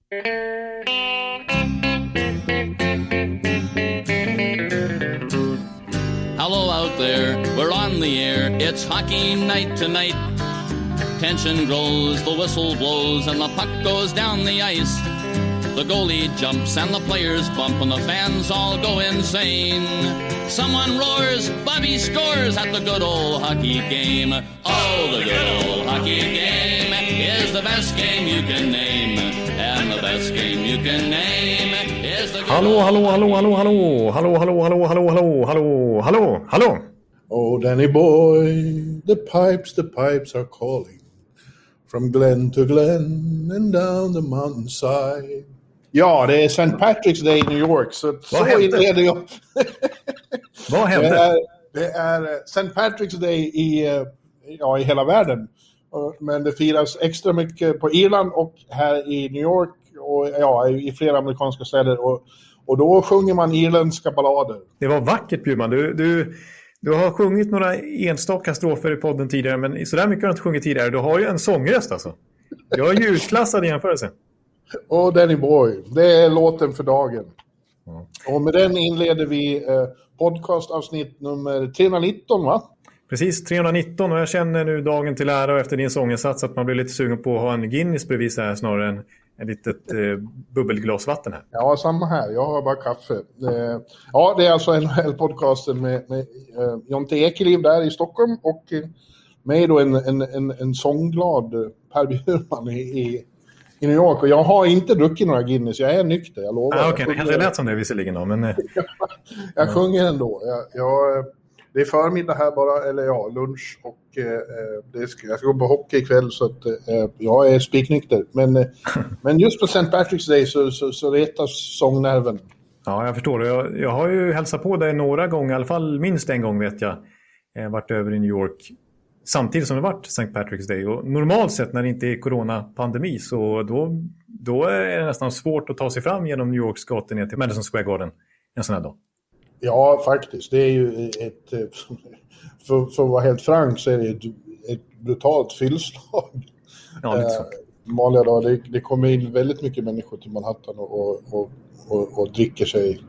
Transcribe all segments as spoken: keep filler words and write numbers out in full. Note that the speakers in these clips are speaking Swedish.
Hello out there, we're on the air, it's hockey night tonight. Tension grows, the whistle blows, and the puck goes down the ice. The goalie jumps and the players bump and the fans all go insane. Someone roars, Bobby scores at the good old hockey game. Oh, the good old hockey game is the best game you can name. And the best game you can name is the good Hallå, hallå, hallå, hallå, hallå, hallå, hallå, hallå, hallå, hallå, hallå, hallå, hallå. Oh, Danny boy, the pipes, the pipes are calling. From glen to glen and down the mountainside. Ja, det är Saint Patrick's Day i New York. Så, så inleder jag. Vad hände? Det är, det är Saint Patrick's Day i, ja, i hela världen. Men det firas extra mycket på Irland och här i New York. Och ja, i flera amerikanska städer. Och, och då sjunger man irländska ballader. Det var vackert, Bjurman. Du, du, du har sjungit några enstaka strofer i podden tidigare. Men sådär mycket har du inte sjungit tidigare. Du har ju en sångröst alltså. Jag är ljusklassad i jämförelse. Och Danny Boy, det är låten för dagen. Mm. Och med den inleder vi eh, podcastavsnitt nummer trehundranitton, va? Precis, trehundranitton, och jag känner nu dagen till ära och efter din sånginsats att man blir lite sugen på att ha en Guinness bredvid här snarare än ett litet eh, bubbelglas vatten här. Ja, samma här. Jag har bara kaffe. Eh, ja, det är alltså N H L-podcasten med, med eh, Jonte Ekeliv där i Stockholm och eh, med då en, en, en, en sångglad Per Bjurman i, i i New York, och jag har inte druckit några Guinness, jag är nykter, jag lovar. Ah, Okej, okay. Det kanske lät som det visserligen då, men... jag sjunger ändå. Jag, jag, det är förmiddag här bara, eller ja, lunch, och eh, det ska, jag ska gå på hockey ikväll, så att eh, jag är spiknykter. Men, eh, men just på Saint Patrick's Day så, så, så retas sångnerven. Ja, jag förstår. Jag, jag har ju hälsat på dig några gånger, i alla fall minst en gång vet jag. Jag har varit över i New York samtidigt som det varit Saint Patrick's Day. Och normalt sett när det inte är coronapandemi så då, då är det nästan svårt att ta sig fram genom New Yorks gator ner till Madison Square Garden en sån här dag. Ja, faktiskt. Det är ju ett, för, för att vara helt frank så är det ett, ett brutalt fyllslag. Ja, lite så. Vanliga dagar, det, det kommer in väldigt mycket människor till Manhattan och, och, och, och, och dricker sig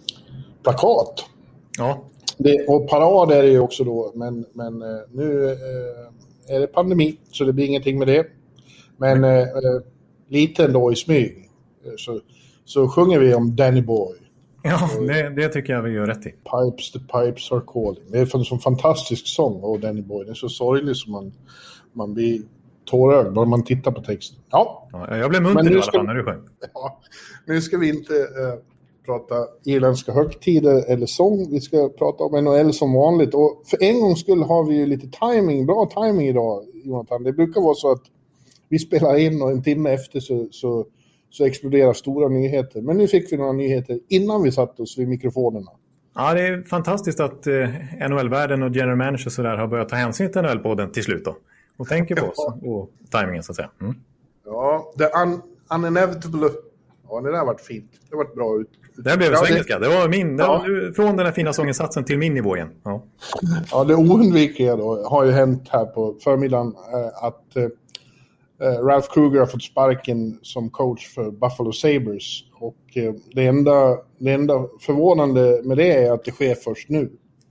plakat. Ja. Det, och parad är det ju också då, men, men nu eh, är det pandemi så det blir ingenting med det. Men eh, lite ändå i smyg så, så sjunger vi om Danny Boy. Ja, det, det tycker jag vi gör rätt i. Pipes, the pipes are calling. Det är en sån fantastisk sång av Danny Boy. Det är så sorglig som man, man blir tårögd när man tittar på texten. Ja, ja jag blev munter i alla fall när du sjöng. Ja, nu ska vi inte... Eh, prata irländska högtider eller sång. Vi ska prata om N H L som vanligt. Och för en gång skull har vi ju lite timing, bra timing idag, Jonathan. Det brukar vara så att vi spelar in och en timme efter så, så, så exploderar stora nyheter. Men nu fick vi några nyheter innan vi satt oss vid mikrofonerna. Ja, det är fantastiskt att eh, N H L-världen och general manager så där har börjat ta hänsyn till N H L-podden till slut då. Och tänker på oss och timingen så att säga. Mm. Ja, the un- unenevitable. Ja, det där har varit fint. Det har varit bra ut. Det blev så engelska. Det var min, det var från den här fina sånginsatsen till min nivå igen. Ja, ja det oundvikliga då har ju hänt här på förmiddagen äh, att äh, Ralph Kruger har fått sparken som coach för Buffalo Sabres. Och äh, det, enda, det enda förvånande med det är att det sker först nu.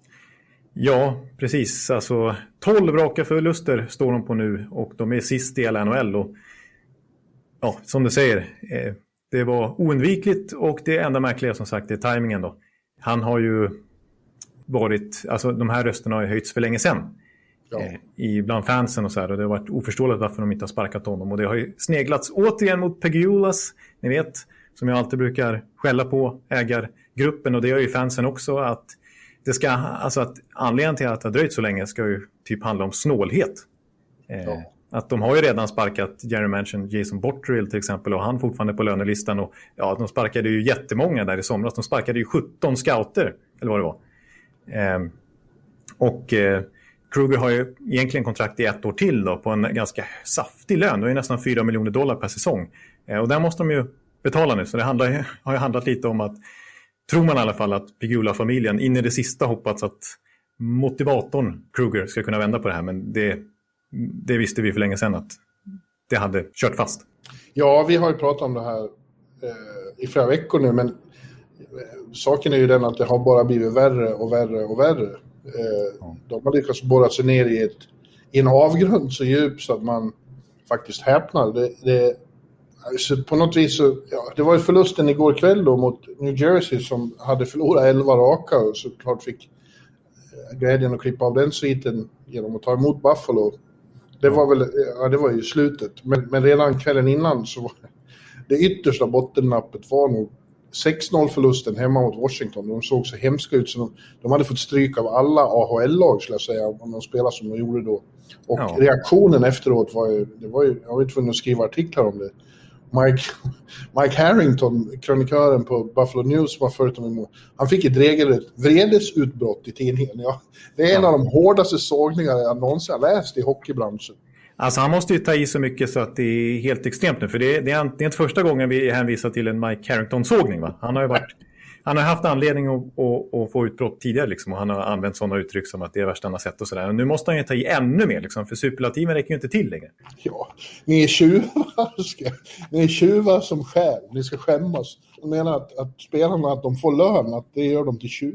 Ja, precis. Alltså tolv raka förluster står de på nu och de är sist i N H L. Och, ja, som du säger... Eh, Det var oundvikligt och det enda märkliga som sagt är tajmingen då. Han har ju varit, alltså de här rösterna har ju höjts för länge sedan. Ja. Eh, i bland fansen och så här, och det har varit oförståeligt varför de inte har sparkat honom. Och det har ju sneglats återigen mot Pegulas, ni vet, som jag alltid brukar skälla på ägargruppen, och det gör ju fansen också, att det ska, alltså att anledningen till att det har dröjt så länge ska ju typ handla om snålhet. Eh, ja. Att de har ju redan sparkat Jerry Manchin, Jason Botterill till exempel, och han fortfarande på lönelistan. Och ja, de sparkade ju jättemånga där i somras. De sparkade ju sjutton scouter, eller vad det var. Eh, och eh, Kruger har ju egentligen kontrakt i ett år till då, på en ganska saftig lön. Det är nästan fyra miljoner dollar per säsong. Eh, och där måste de ju betala nu. Så det handlar, har ju handlat lite om att, tror man i alla fall, att Pegula-familjen in i det sista hoppats att motivatorn Kruger ska kunna vända på det här. Men det... Det visste vi för länge sedan att det hade kört fast. Ja, vi har ju pratat om det här eh, i flera veckor nu, men eh, saken är ju den att det har bara blivit värre och värre och värre. Eh, mm. De har lyckats borra sig ner i, ett, i en avgrund så djup så att man faktiskt häpnar. Det, det, alltså på något vis så, ja, det var ju förlusten igår kväll då mot New Jersey som hade förlorat elva raka och såklart fick glädjen att klippa av den sviten genom att ta emot Buffalo. Det var väl, ja, det var ju slutet. Men, men redan kvällen innan så var det, det yttersta bottennappet var nog sex noll förlusten hemma mot Washington. De såg så hemska ut så de, de hade fått stryk av alla A H L-lag skulle jag säga om de spelade som de gjorde då. Och ja. Reaktionen efteråt var ju, det var ju, jag var ju tvungen att skriva artiklar om det. Mike, Mike Harrington, kronikören på Buffalo News, var förut om emot. Han fick ett regelrätt vredesutbrott i tidningen. Ja. Det är en ja. av de hårdaste sågningar jag någonsin har läst i hockeybranschen. Alltså han måste ju ta i så mycket så att det är helt extremt nu. För det är, det är, det är inte första gången vi hänvisar till en Mike Harrington-sågning, va? Han har ju varit... Han har haft anledning att, att, att få utbrott tidigare liksom, och han har använt sådana uttryck som att det är värsta han har sett och sådär. Och nu måste han ju ta i ännu mer liksom, för superlativen räcker ju inte till längre. Ja, ni är tjuvar, ska, ni är tjuvar som skär. Ni ska skämmas. Jag menar att, att spelarna att de får lön, att det gör dem till tjuvar.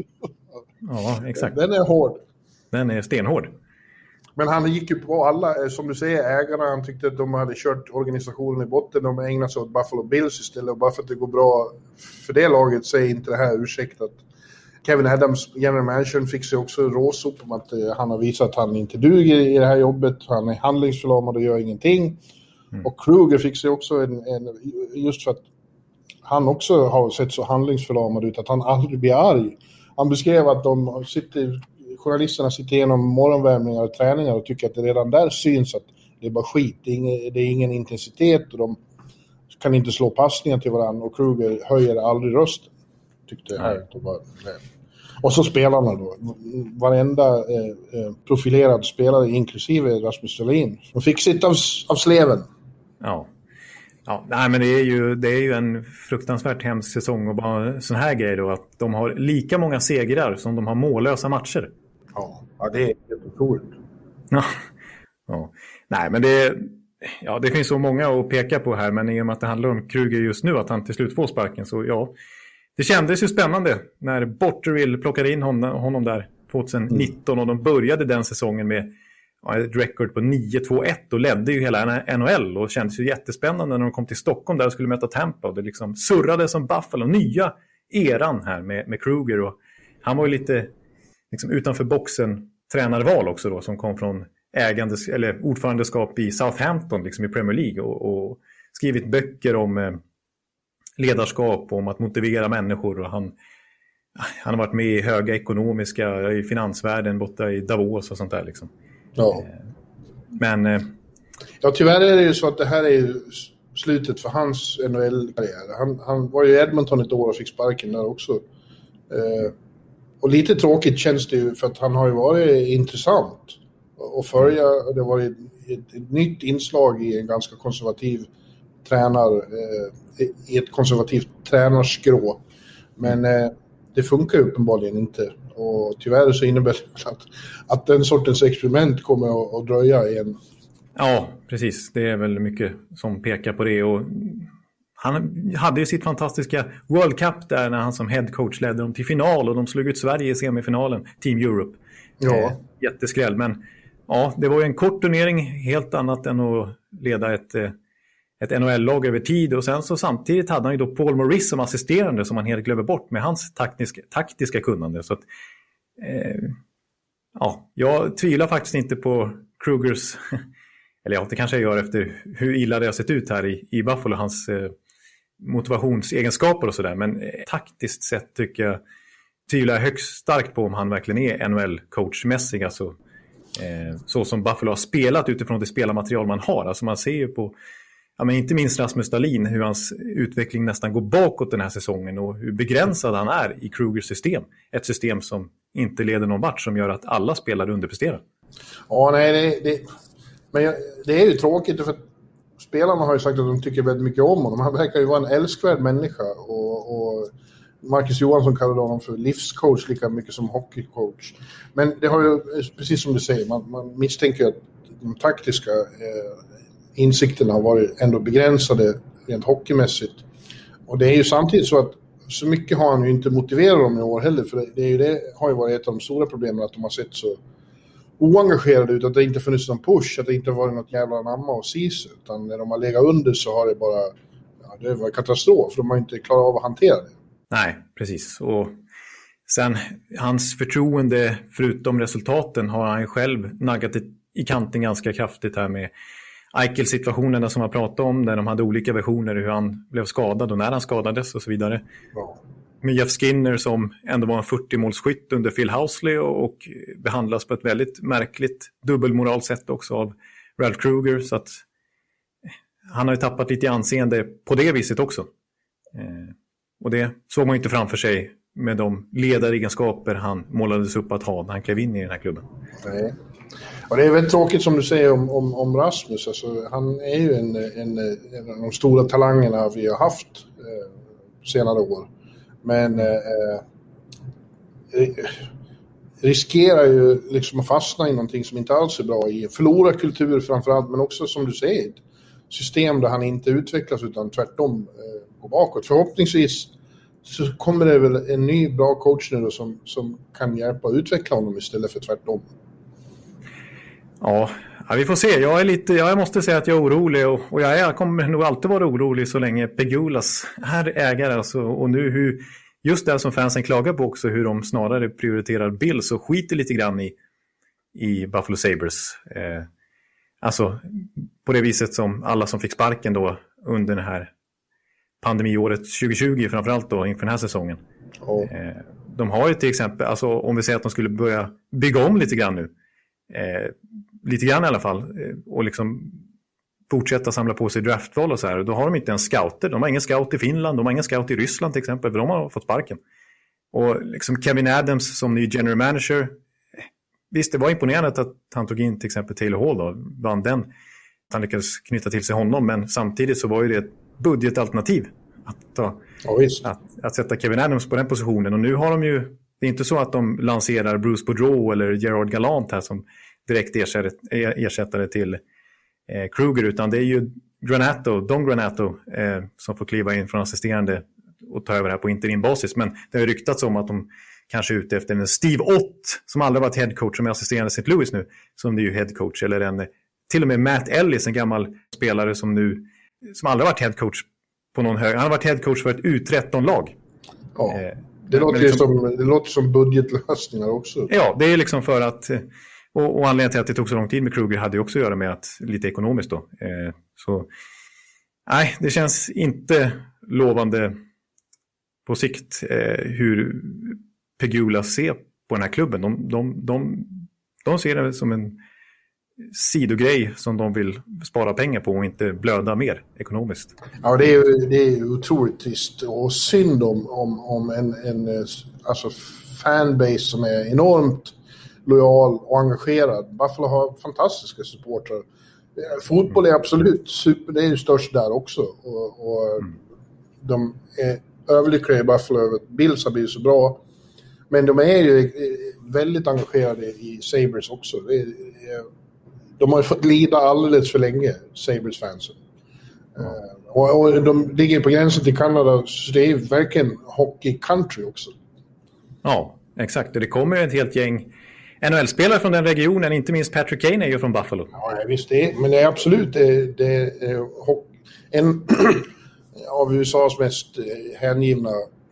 Ja, exakt. Den är hård. Den är stenhård. Men han gick ju på alla, som du säger, ägarna. Han tyckte att de hade kört organisationen i botten. De ägnade sig åt Buffalo Bills istället. Och bara för att det går bra för det laget så är inte det här ursäktat. Kevin Adams, general manager, fick sig också råsop om att eh, han har visat att han inte duger i det här jobbet. Han är handlingsförlamad och gör ingenting. Mm. Och Kruger fick sig också en, en, just för att han också har sett så handlingsförlamad ut att han aldrig blir arg. Han beskrev att de sitter... Journalisterna sitter igenom morgonvärmningar och träningar och tycker att det redan där syns att det är bara skit. Det är ingen, det är ingen intensitet och de kan inte slå passningar till varandra och Kruger höjer aldrig rösten. Tyckte jag här. Och så spelarna då. Varenda eh, profilerad spelare inklusive Rasmus Dahlin. De fick sitt av, av sleven. Ja. Ja, nej, men det är ju det är ju en fruktansvärt hemsk säsong och bara sån här grej då att de har lika många segrar som de har mållösa matcher. Ja, ja det är helt otroligt. Ja. Ja. Nej, men det ja, det finns så många att peka på här, men i och med att det handlar om Kruger just nu att han till slut får sparken så ja. Det kändes ju spännande när Botterill plockade in honom, honom där tjugonitton och de började den säsongen med ja, ett record på nio två ett och ledde ju hela N H L och kändes ju jättespännande när de kom till Stockholm där och skulle möta Tampa och det liksom surrade som Buffalo, nya eran här med, med Kruger och han var ju lite liksom utanför boxen tränarval också då som kom från ägandes, eller ordförandeskap i Southampton liksom i Premier League och, och skrivit böcker om eh, ledarskap och om att motivera människor och han han har varit med i höga ekonomiska i finansvärlden borta i Davos och sånt där liksom. Ja. Men eh, ja, tyvärr är det ju så att det här är ju slutet för hans N H L-karriär. Han, han var ju i Edmonton ett år och fick sparken där också. Eh, och lite tråkigt känns det ju för att han har ju varit intressant att följa. Det var ett, ett, ett nytt inslag i en ganska konservativ tränare, eh, i ett konservativt tränarskrå. Men eh, det funkar uppenbarligen inte. Och tyvärr så innebär det att, att den sortens experiment kommer att, att dröja igen. Ja, precis. Det är väl mycket som pekar på det. Och han hade ju sitt fantastiska World Cup där när han som head coach ledde dem till final och de slog ut Sverige i semifinalen, Team Europe. Ja. Eh, jätteskräll. Men ja, det var ju en kort turnering, helt annat än att leda ett, ett N H L-lag över tid. Och sen så samtidigt hade han ju då Paul Maurice som assisterande som man helt glömmer bort med hans taktiska, taktiska kunnande. Så att, eh, ja, jag tvivlar faktiskt inte på Krugers, eller ja, det kanske jag gör efter hur illa det har sett ut här i, i Buffalo, hans eh, motivationsegenskaper och sådär. Men eh, taktiskt sett tycker jag, tvivlar jag högst starkt på om han verkligen är N H L-coachmässig. Alltså, eh, så som Buffalo har spelat utifrån det spelarmaterial man har. Alltså man ser ju på, ja, men inte minst Rasmus Dahlin, hur hans utveckling nästan går bakåt den här säsongen och hur begränsad han är i Krugers system. Ett system som inte leder någon vart, som gör att alla spelare underpresterar. Ja, nej, det, det, men jag, det är ju tråkigt för att spelarna har ju sagt att de tycker väldigt mycket om honom. Han verkar ju vara en älskvärd människa och, och Marcus Johansson kallade honom för livscoach lika mycket som hockeycoach. Men det har ju, precis som du säger, man, man misstänker att de taktiska eh, insikterna har varit ändå begränsade rent hockeymässigt. och det är ju samtidigt så att så mycket har han ju inte motiverat dem i år heller, för det, är ju det har ju varit ett av de stora problemen, att de har sett så oengagerade ut, att det inte funnits någon push, att det inte varit något jävla namma och sis, utan när de har legat under så har det bara, ja, det var katastrof, för de har inte klarat av att hantera det. Nej, precis. Och sen hans förtroende, förutom resultaten, har han själv naggat i kanten ganska kraftigt här med Eichel-situationerna som han pratade om, där de hade olika versioner hur han blev skadad och när han skadades och så vidare. Ja. Med Jeff Skinner som ändå var en fyrtio-målsskytt under Phil Housley och, och behandlas på ett väldigt märkligt dubbelmoral sätt också av Ralph Kruger, så att han har ju tappat lite anseende på det viset också. Eh, och det såg man inte framför sig med de ledaregenskaper han målades upp att ha när han klev in i den här klubben. Nej. Och det är väldigt tråkigt som du säger om, om, om Rasmus. Alltså, han är ju en, en, en av de stora talangerna vi har haft eh, senare år. Men eh, eh, riskerar ju liksom att fastna i någonting som inte alls är bra i. Förlora kultur framförallt, men också som du säger, ett system där han inte utvecklas utan tvärtom eh, går bakåt. Förhoppningsvis så kommer det väl en ny bra coach nu då, som, som kan hjälpa att utveckla honom istället för tvärtom. Ja, ja, vi får se. Jag är lite, jag måste säga att jag är orolig och, och jag, är, jag kommer nog alltid vara orolig så länge Pegulas är ägare. Alltså, och nu hur, just det som fansen klagar på också, hur de snarare prioriterar Bills och skiter lite grann i, i Buffalo Sabres. Eh, alltså på det viset som alla som fick sparken då under det här pandemiåret tjugo tjugo framförallt då inför den här säsongen. Oh. Eh, de har ju till exempel, alltså om vi säger att de skulle börja bygga om lite grann nu. Eh, lite grann i alla fall eh, och liksom fortsätta samla på sig draftval och så här, då har de inte en scouter, de har ingen scout i Finland, de har ingen scout i Ryssland till exempel, för de har fått sparken. Och liksom Kevin Adams som ny general manager, eh, visst det var imponerande att han tog in till exempel Taylor Hall då, vann den, att han lyckades knyta till sig honom, men samtidigt så var ju det ett budgetalternativ att, ta, ja, att, att sätta Kevin Adams på den positionen, och nu har de ju, det är inte så att de lanserar Bruce Boudreau eller Gerard Gallant här som direkt ersättare till eh, Kruger, utan det är ju Granato, Don Granato eh, som får kliva in från assisterande och ta över här på interimbasis. Men det har ju ryktats om att de kanske är ute efter en Steve Ott som aldrig varit headcoach, som är assisterande Saint Louis nu, som det är ju headcoach, eller en, till och med Matt Ellis, en gammal spelare som nu som aldrig varit headcoach på någon hög. Han har varit headcoach för ett U tretton-lag. Ja. Eh, Det låter, liksom, som, det låter som budgetlösningar också. Ja, det är liksom för att, och, och anledningen till att det tog så lång tid med Kruger hade ju också att göra med att, lite ekonomiskt då. Eh, så, nej, det känns inte lovande på sikt eh, hur Pegula ser på den här klubben. De, de, de, de ser det som en sidogrej som de vill spara pengar på och inte blöda mer ekonomiskt. Ja, det är ju, det är ju otroligt trist och synd om, om, om en, en alltså fanbase som är enormt lojal och engagerad. Buffalo har fantastiska supportrar. Fotboll är absolut super, det är ju störst där också. Och, och mm. de är överlyckliga i Buffalo över att Bills har blivit så bra. Men de är ju väldigt engagerade i Sabres också. Det är, de har fått lida alldeles för länge, Sabres-fansen. Mm. Uh, och, och de ligger på gränsen till Kanada, så det är verkligen hockey-country också. Ja, exakt. Och det kommer ett helt gäng N H L-spelare från den regionen, inte minst Patrick Kane är ju från Buffalo. Ja, visst det är, men det är absolut det, det är en av U S A:s mest hängivna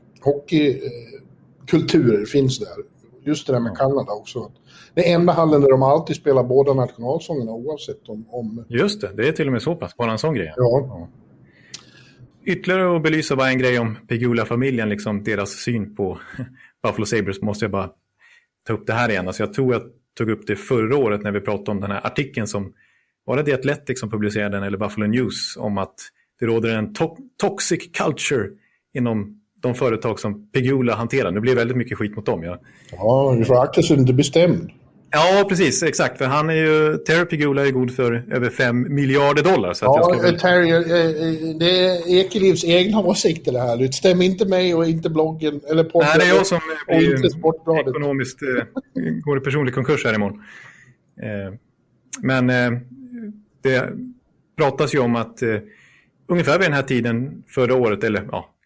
hockeykulturer finns där. Just det där med ja. Kanada också. Det enda hallen där de alltid spelar båda nationalsångerna oavsett om, om... Just det, det är till och med så pass, bara en sån grej. Ja. ja. Ytterligare att belysa bara en grej om Pegula-familjen, liksom deras syn på Buffalo Sabres, måste jag bara ta upp det här igen. Alltså jag tror jag tog upp det förra året när vi pratade om den här artikeln som var det The Athletic som publicerade den, eller Buffalo News, om att det råder en to- toxic culture inom de företag som Pegula hanterar. Det blir väldigt mycket skit mot dem. Ja, ja vi får akta sig inte bestämd. Ja, precis. Exakt. För han är ju, Terry Pegula är god för över fem miljarder dollar. Så ja, att jag ska väl... Terry, det är Ekelivs egna åsikter det här. Det stämmer inte mig och inte bloggen eller podden. Nej, det är jag som blir ekonomiskt eh, går i personlig konkurs här imorgon. Eh, men eh, det pratas ju om att eh, ungefär vid den här tiden förra året, eller ja,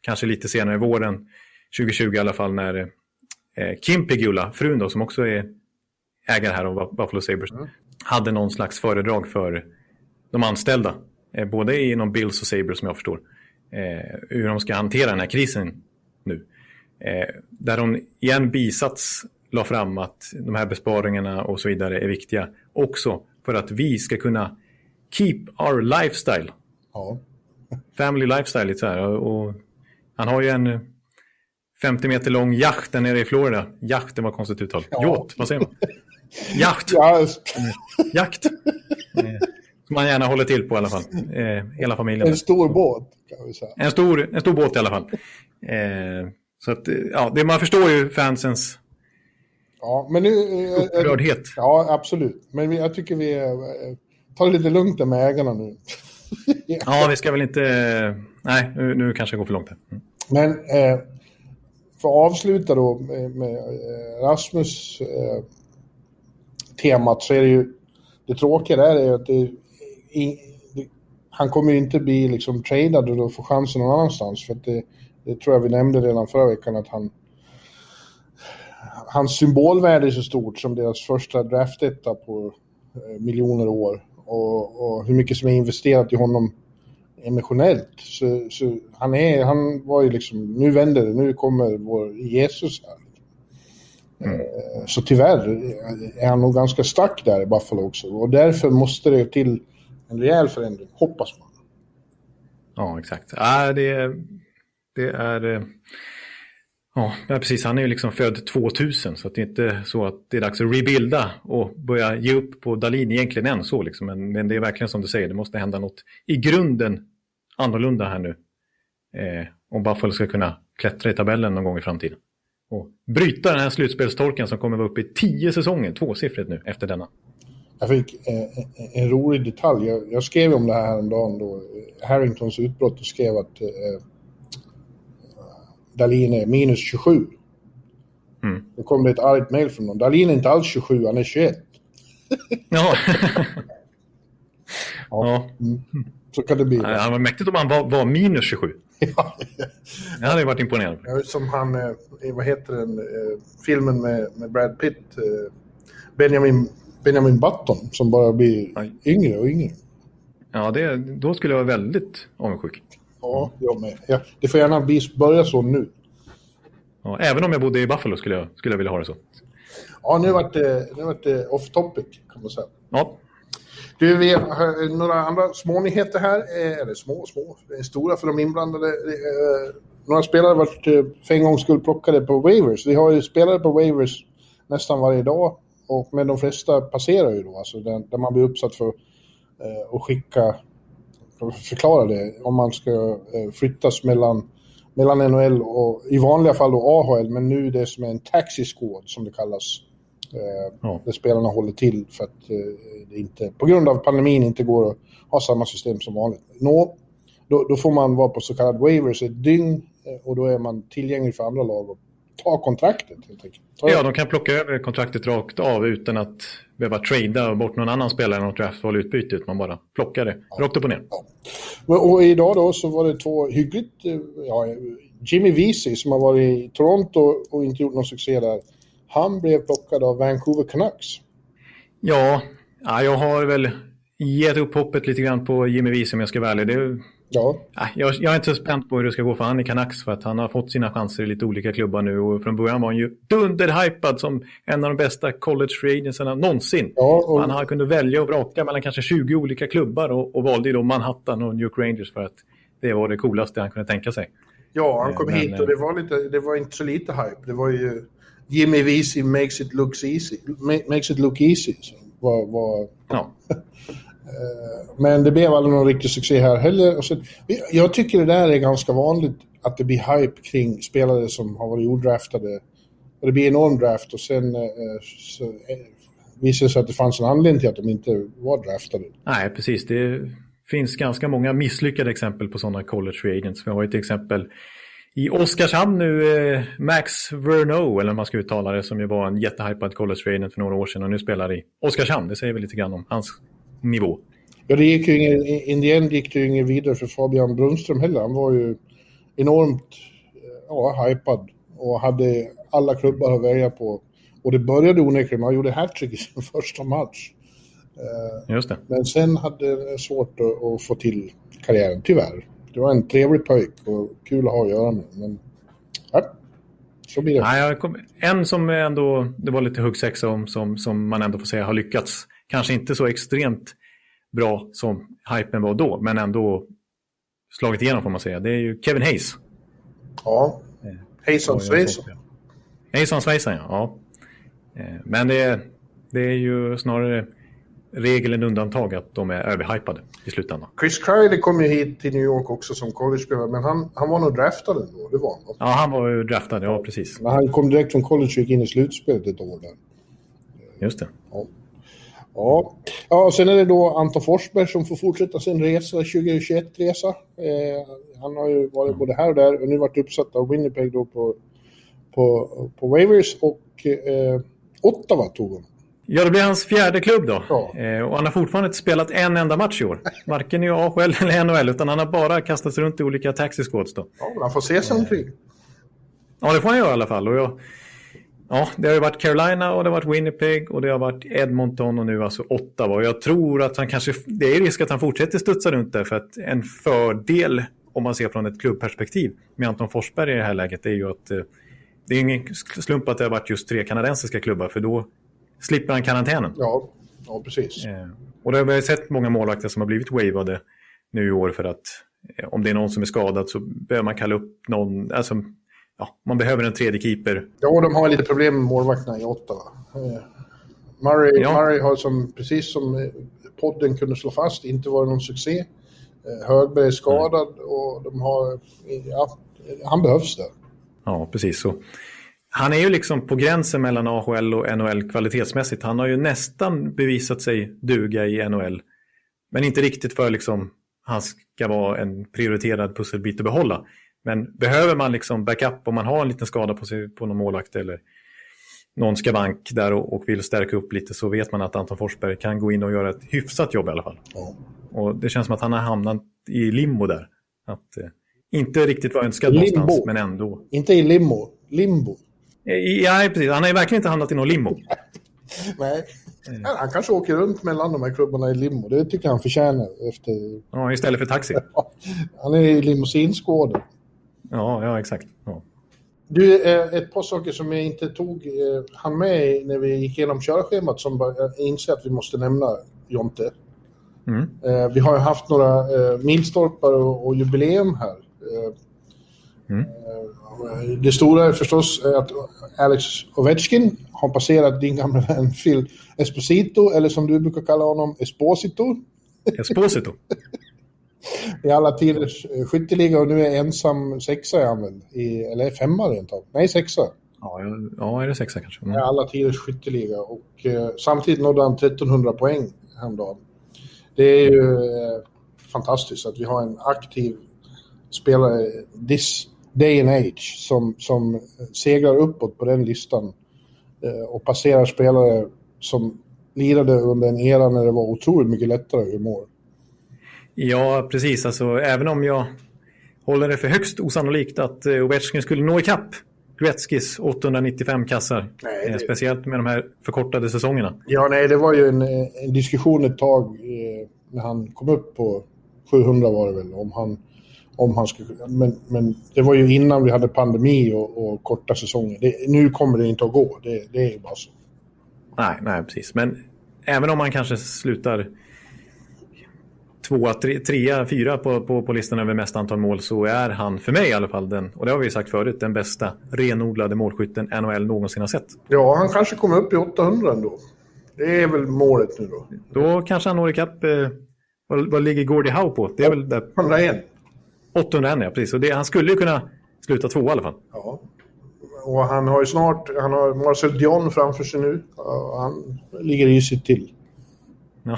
kanske lite senare i våren tjugo tjugo i alla fall, när eh, Kim Pegula, frun då, som också är ägare här av Buffalo Sabres, mm. hade någon slags föredrag för de anställda, eh, både inom Bills och Sabres som jag förstår, eh, hur de ska hantera den här krisen nu. Eh, där hon i en bisats la fram att de här besparingarna och så vidare är viktiga också för att vi ska kunna keep our lifestyle. Ja. Family lifestyle lite så här. Och, och han har ju en femtio meter lång yacht där nere i Florida. Yacht, det var konstigt uttal. Ja. Yacht, vad säger man? Yacht. Ja. Jakt. Som man gärna håller till på i alla fall. Eh, hela familjen. En stor båt kan vi säga. En stor, en stor båt i alla fall. Eh, så att, ja, det, man förstår ju fansens ja, men nu, upprördhet. Ja, absolut. Men vi, jag tycker vi eh, tar det lite lugnt med ägarna nu. Ja, vi ska väl inte... Nej, nu, nu kanske det går för långt. Mm. Men eh, för att avsluta då med, med eh, Rasmus eh, temat, så är det ju... Det tråkiga där är att det, i, det, han kommer ju inte bli liksom tradad och då får chansen någon annanstans. För att det, det tror jag vi nämnde redan förra veckan, att han... Hans symbolvärde är så stort som deras första draftetta på eh, miljoner år. Och, och hur mycket som är investerat i honom emotionellt. Så, så han, är, han var ju liksom, nu vänder det, nu kommer vår Jesus här. Mm. Så tyvärr är han nog ganska stark där i Buffalo också. Och därför måste det till en rejäl förändring, hoppas man. Ja, exakt. Ja, det, det är... Ja, precis. Han är ju liksom född tvåtusen, så att det är inte så att det är dags att rebuilda och börja ge upp på Dahlin egentligen än så liksom. Men, men det är verkligen som du säger, det måste hända något i grunden annorlunda här nu. Eh, om Buffalo ska kunna klättra i tabellen någon gång i framtiden. Och bryta den här slutspelstorken som kommer vara uppe i tio säsonger, tvåsiffrigt nu efter denna. Jag fick eh, en, en rolig detalj. Jag, jag skrev om det här en dag då, Harringtons utbrott, och skrev att eh, Dahlin är minus tjugosju. Mm. Då kom det ett argt mejl från någon. Dahlin är inte alls tjugosju, han är tjugoett. Ja. Ja. Mm. Så kan det bli. Ja, han var mäktigt om han var, var minus tjugosju. Ja. Det hade ju varit imponerande. Ja, som han, eh, vad heter den, eh, filmen med, med Brad Pitt, eh, Benjamin, Benjamin Button, som bara blir Aj. yngre och yngre. Ja, det, då skulle jag vara väldigt avundsjuk. Ja, jag med. Ja, det får gärna bli, börja så nu. Ja, även om jag bodde i Buffalo skulle jag, skulle jag vilja ha det så. Ja, nu vart det, nu vart det off topic, kan man säga. Ja. Du, vi har några andra små nyheter här. Eller små, små. Det är stora för de inblandade. Några spelare har varit för en gångs skull plockade på waivers. Vi har ju spelare på waivers nästan varje dag. Och, men de flesta passerar ju då. Alltså där, där man blir uppsatt för eh, att skicka, för att förklara det. Om man ska eh, flyttas mellan, mellan N H L och i vanliga fall då A H L. Men nu det som är en taxi squad som det kallas. Eh, ja. Där spelarna håller till för att eh, det inte, på grund av pandemin inte går att ha samma system som vanligt. Nå, då, då får man vara på så kallad waivers ett dygn eh, och då är man tillgänglig för andra lag och ta kontraktet helt enkelt. Ta ja, de kan plocka över kontraktet rakt av utan att behöva trada bort någon annan spelare något draftval utbyte, utan man bara plockar det ja. rakt upp och ner. Ja. Och, och idag då så var det två hyggligt, ja, Jimmy Vesey som har varit i Toronto och inte gjort någon succé där. Han blev plockad av Vancouver Canucks. Ja, ja jag har väl gett upp hoppet lite grann på Jimmy Vesey om jag ska vara ärlig. Det, ja. jag, jag är inte så spänd på hur det ska gå för han i Canucks, för att han har fått sina chanser i lite olika klubbar nu. Och från början var han ju dunderhypad som en av de bästa college free agentsarna någonsin. Ja, och... Han har kunnat välja och vraka mellan kanske tjugo olika klubbar och, och valde då Manhattan och New York Rangers för att det var det coolaste han kunde tänka sig. Ja, han kom men, hit och det var, lite, det var inte så lite hype. Det var ju... Jimmy Vesey makes it look easy. Makes it look easy. Var, var... Ja. Men det blev aldrig någon riktig succé här heller. Och så, jag tycker det där är ganska vanligt att det blir hype kring spelare som har varit odraftade. Och det blir enorm draft och sen så visar det sig att det fanns en anledning till att de inte var draftade. Nej, precis. Det finns ganska många misslyckade exempel på sådana college free agents. Vi har ju till exempel i Oskarshamn nu eh, Max Verneau, eller man ska uttala det, som ju var en jättehypad college free agent för några år sedan och nu spelar i Oskarshamn. Det säger väl lite grann om hans nivå. Ja, det gick ju ingen, in the end gick det ju ingen vidare för Fabian Brunström heller. Han var ju enormt ja, hypad och hade alla klubbar att välja på. Och det började onekligen, man gjorde hattrick i sin första match. Just det. Men sen hade det svårt att, att få till karriären, tyvärr. Det var en trevlig pojk och kul att ha att göra med. Men ja, så blir det. Nej, jag kom, en som ändå, det var lite huggsexa om, som, som man ändå får säga har lyckats. Kanske inte så extremt bra som hypen var då, men ändå slagit igenom får man säga. Det är ju Kevin Hayes. Ja, Hejsan Svejsan. Hejsan Svejsan, ja. Men det, det är ju snarare regel än undantag att de är överhypade i slutändan. Chris Kriley kom ju hit till New York också som college-spelare, men han, han var nog draftad ändå, det var han. Ja, han var ju draftad, ja precis. Men han kom direkt från college och gick in i slutspelet ett år där. Just det. Ja. Ja. Ja, och sen är det då Anton Forsberg som får fortsätta sin resa, tjugohundratjugoett-resa. Eh, han har ju varit både här och där och nu varit uppsatt av Winnipeg då på, på, på waivers och eh, Ottawa tog honom. Ja, det blir hans fjärde klubb då. Ja. Eh, och han har fortfarande inte spelat en enda match i år. Varken i A H L eller N H L, utan han har bara kastats runt i olika taxi squads då. Ja, men han får se sig eh. omkring. Ja, det får han göra i alla fall. Och jag, ja, det har ju varit Carolina och det har varit Winnipeg och det har varit Edmonton och nu alltså Ottawa. Och jag tror att han kanske, det är risk att han fortsätter studsa runt där, för att en fördel om man ser från ett klubbperspektiv med Anton Forsberg i det här läget är ju att eh, det är ingen slump att det har varit just tre kanadensiska klubbar, för då slipper han karantänen. Ja, ja precis. Eh, och det har vi sett många målvakter som har blivit wavade nu i år för att eh, om det är någon som är skadad så behöver man kalla upp någon, alltså ja, man behöver en tredje keeper. Ja, de har lite problem med målvakterna i Ottawa. Eh, Murray, ja. Murray har som, precis som podden kunde slå fast, inte varit någon succé. Eh, Högberg är skadad mm. och de har, ja, han behövs där. Ja, precis så. Han är ju liksom på gränsen mellan A H L och N H L kvalitetsmässigt. Han har ju nästan bevisat sig duga i N H L. Men inte riktigt för liksom han ska vara en prioriterad pusselbit att behålla. Men behöver man liksom backup om man har en liten skada på sig på någon målvakt eller någon skavank där och, och vill stärka upp lite, så vet man att Anton Forsberg kan gå in och göra ett hyfsat jobb i alla fall. Ja. Och det känns som att han har hamnat i limbo där. Att eh, inte riktigt var önskad limbo. Någonstans, men ändå. Inte i limbo, limbo. Ja, precis. Han har ju verkligen inte hamnat i någon limbo. Nej, mm. Han kanske åker runt mellan de här klubbarna i limbo. Det tycker han förtjänar efter... Ja, istället för taxi. Han är i limousinskåden. Ja, ja, exakt. Ja. Du, ett par saker som jag inte tog han med när vi gick igenom körschemat som jag inser att vi måste nämna, Jonte. Mm. Vi har ju haft några milstolpar och jubileum här. Mm. Det stora är förstås att Alex Ovechkin har passerat din gamla vän Phil Esposito, eller som du brukar kalla honom, Esposito. Esposito. I alla tiders skytteliga, och nu är ensam sexa är han väl, i, eller femma rent av. Nej, sexa. Ja, ja, är det sexa kanske. Mm. I alla tiders skytteliga, och eh, samtidigt nådde han trettonhundra poäng häromdagen. Det är ju eh, fantastiskt att vi har en aktiv spelare this day and age som, som seglar uppåt på den listan eh, och passerar spelare som lirade under en era när det var otroligt mycket lättare att göra mål. Ja, precis. Alltså, även om jag håller det för högst osannolikt att uh, Ovechkin skulle nå ikapp Gretzkys åttahundranittiofem kassar. Nej, det... eh, speciellt med de här förkortade säsongerna. Ja, nej, det var ju en, en diskussion ett tag eh, när han kom upp på sjuhundra var det väl, om han, om han skulle, men, men det var ju innan vi hade pandemi och, och korta säsonger. Det, nu kommer det inte att gå, det, det är ju bara så. Nej, nej, precis. Men även om man kanske slutar tvåa, tre, trea, fyra på, på, på listan över mest antal mål, så är han för mig i alla fall den, och det har vi sagt förut, den bästa renodlade målskytten N H L någonsin har sett. Ja, han kanske kommer upp i åttahundra ändå. Det är väl målet nu då. Då kanske han når ikapp, eh, vad, vad ligger Gordie Howe på? Det är väl där. åttahundraett. åttahundraett, ja, precis. Och det, han skulle ju kunna sluta två i alla fall. Ja. Och han har ju snart, han har Marcel Dion framför sig nu. Han ligger i sitt till. Ja.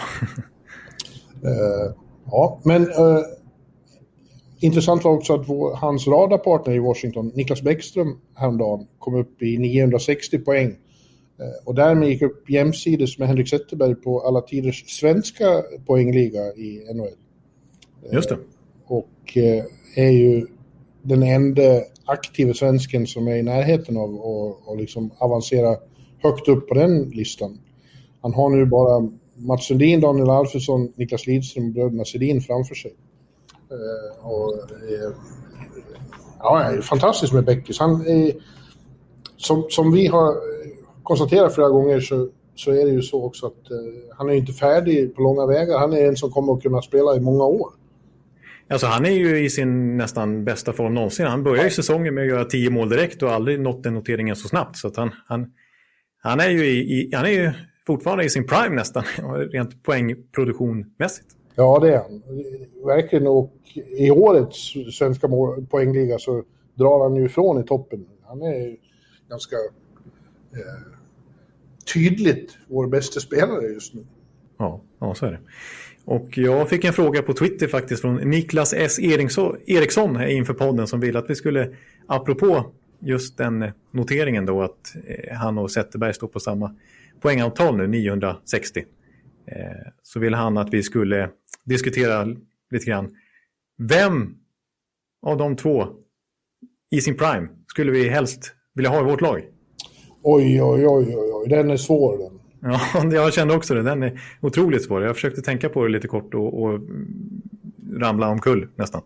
uh, ja, men uh, intressant var också att vår, hans radarpartner i Washington, Niklas Bäckström, häromdagen kom upp i niohundrasextio poäng. Uh, och därmed gick upp jämsides med Henrik Zetterberg på alla tiders svenska poängliga i N H L. Uh, Just det. Och uh, är ju den enda aktiva svensken som är i närheten av och, och liksom avancera högt upp på den listan. Han har nu bara Mats Sundin, Daniel Alfredsson, Niklas Lidström och bröderna Sedin framför sig. Uh, och, uh, ja, det är fantastiskt med Bäckis. Han är, som, som vi har konstaterat flera gånger så, så är det ju så också att uh, han är inte färdig på långa vägar. Han är en som kommer att kunna spela i många år. Alltså han är ju i sin nästan bästa form någonsin. Han börjar ju säsongen med att göra tio mål direkt och aldrig nått den noteringen så snabbt. Så att han, han, han, är ju i, han är ju fortfarande i sin prime nästan, rent poängproduktionmässigt. Ja, det är han. Verkligen. Och i årets svenska poängliga så drar han ju ifrån i toppen. Han är ganska eh, tydligt vår bästa spelare just nu. Ja, ja, så är det. Och jag fick en fråga på Twitter faktiskt från Niklas S. Eriksson inför podden som ville att vi skulle, apropå just den noteringen då, att han och Zetterberg står på samma poängantal nu, niohundrasextio. Så ville han att vi skulle diskutera lite grann. Vem av de två i sin prime skulle vi helst vilja ha i vårt lag? Oj, oj, oj, oj, oj. Den är svår den. Ja, jag kände också det. Den är otroligt svår. Jag försökte tänka på det lite kort och, och ramla omkull nästan.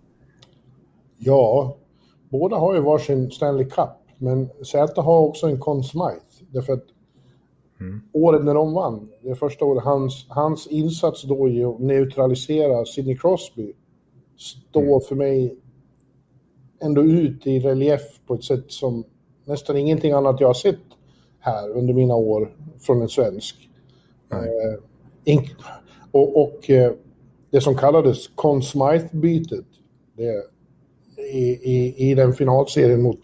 Ja, båda har ju varsin Stanley Cup. Men Zäta har också en Conn Smythe. Därför att mm. året när de vann, det första året, hans, hans insats då i att neutralisera Sidney Crosby står mm. för mig ändå ut i relief på ett sätt som nästan ingenting annat jag har sett här under mina år från en svensk. Eh, ink, och och eh, det som kallades Conn Smythe-bytet det, i, i, i den finalserien mot,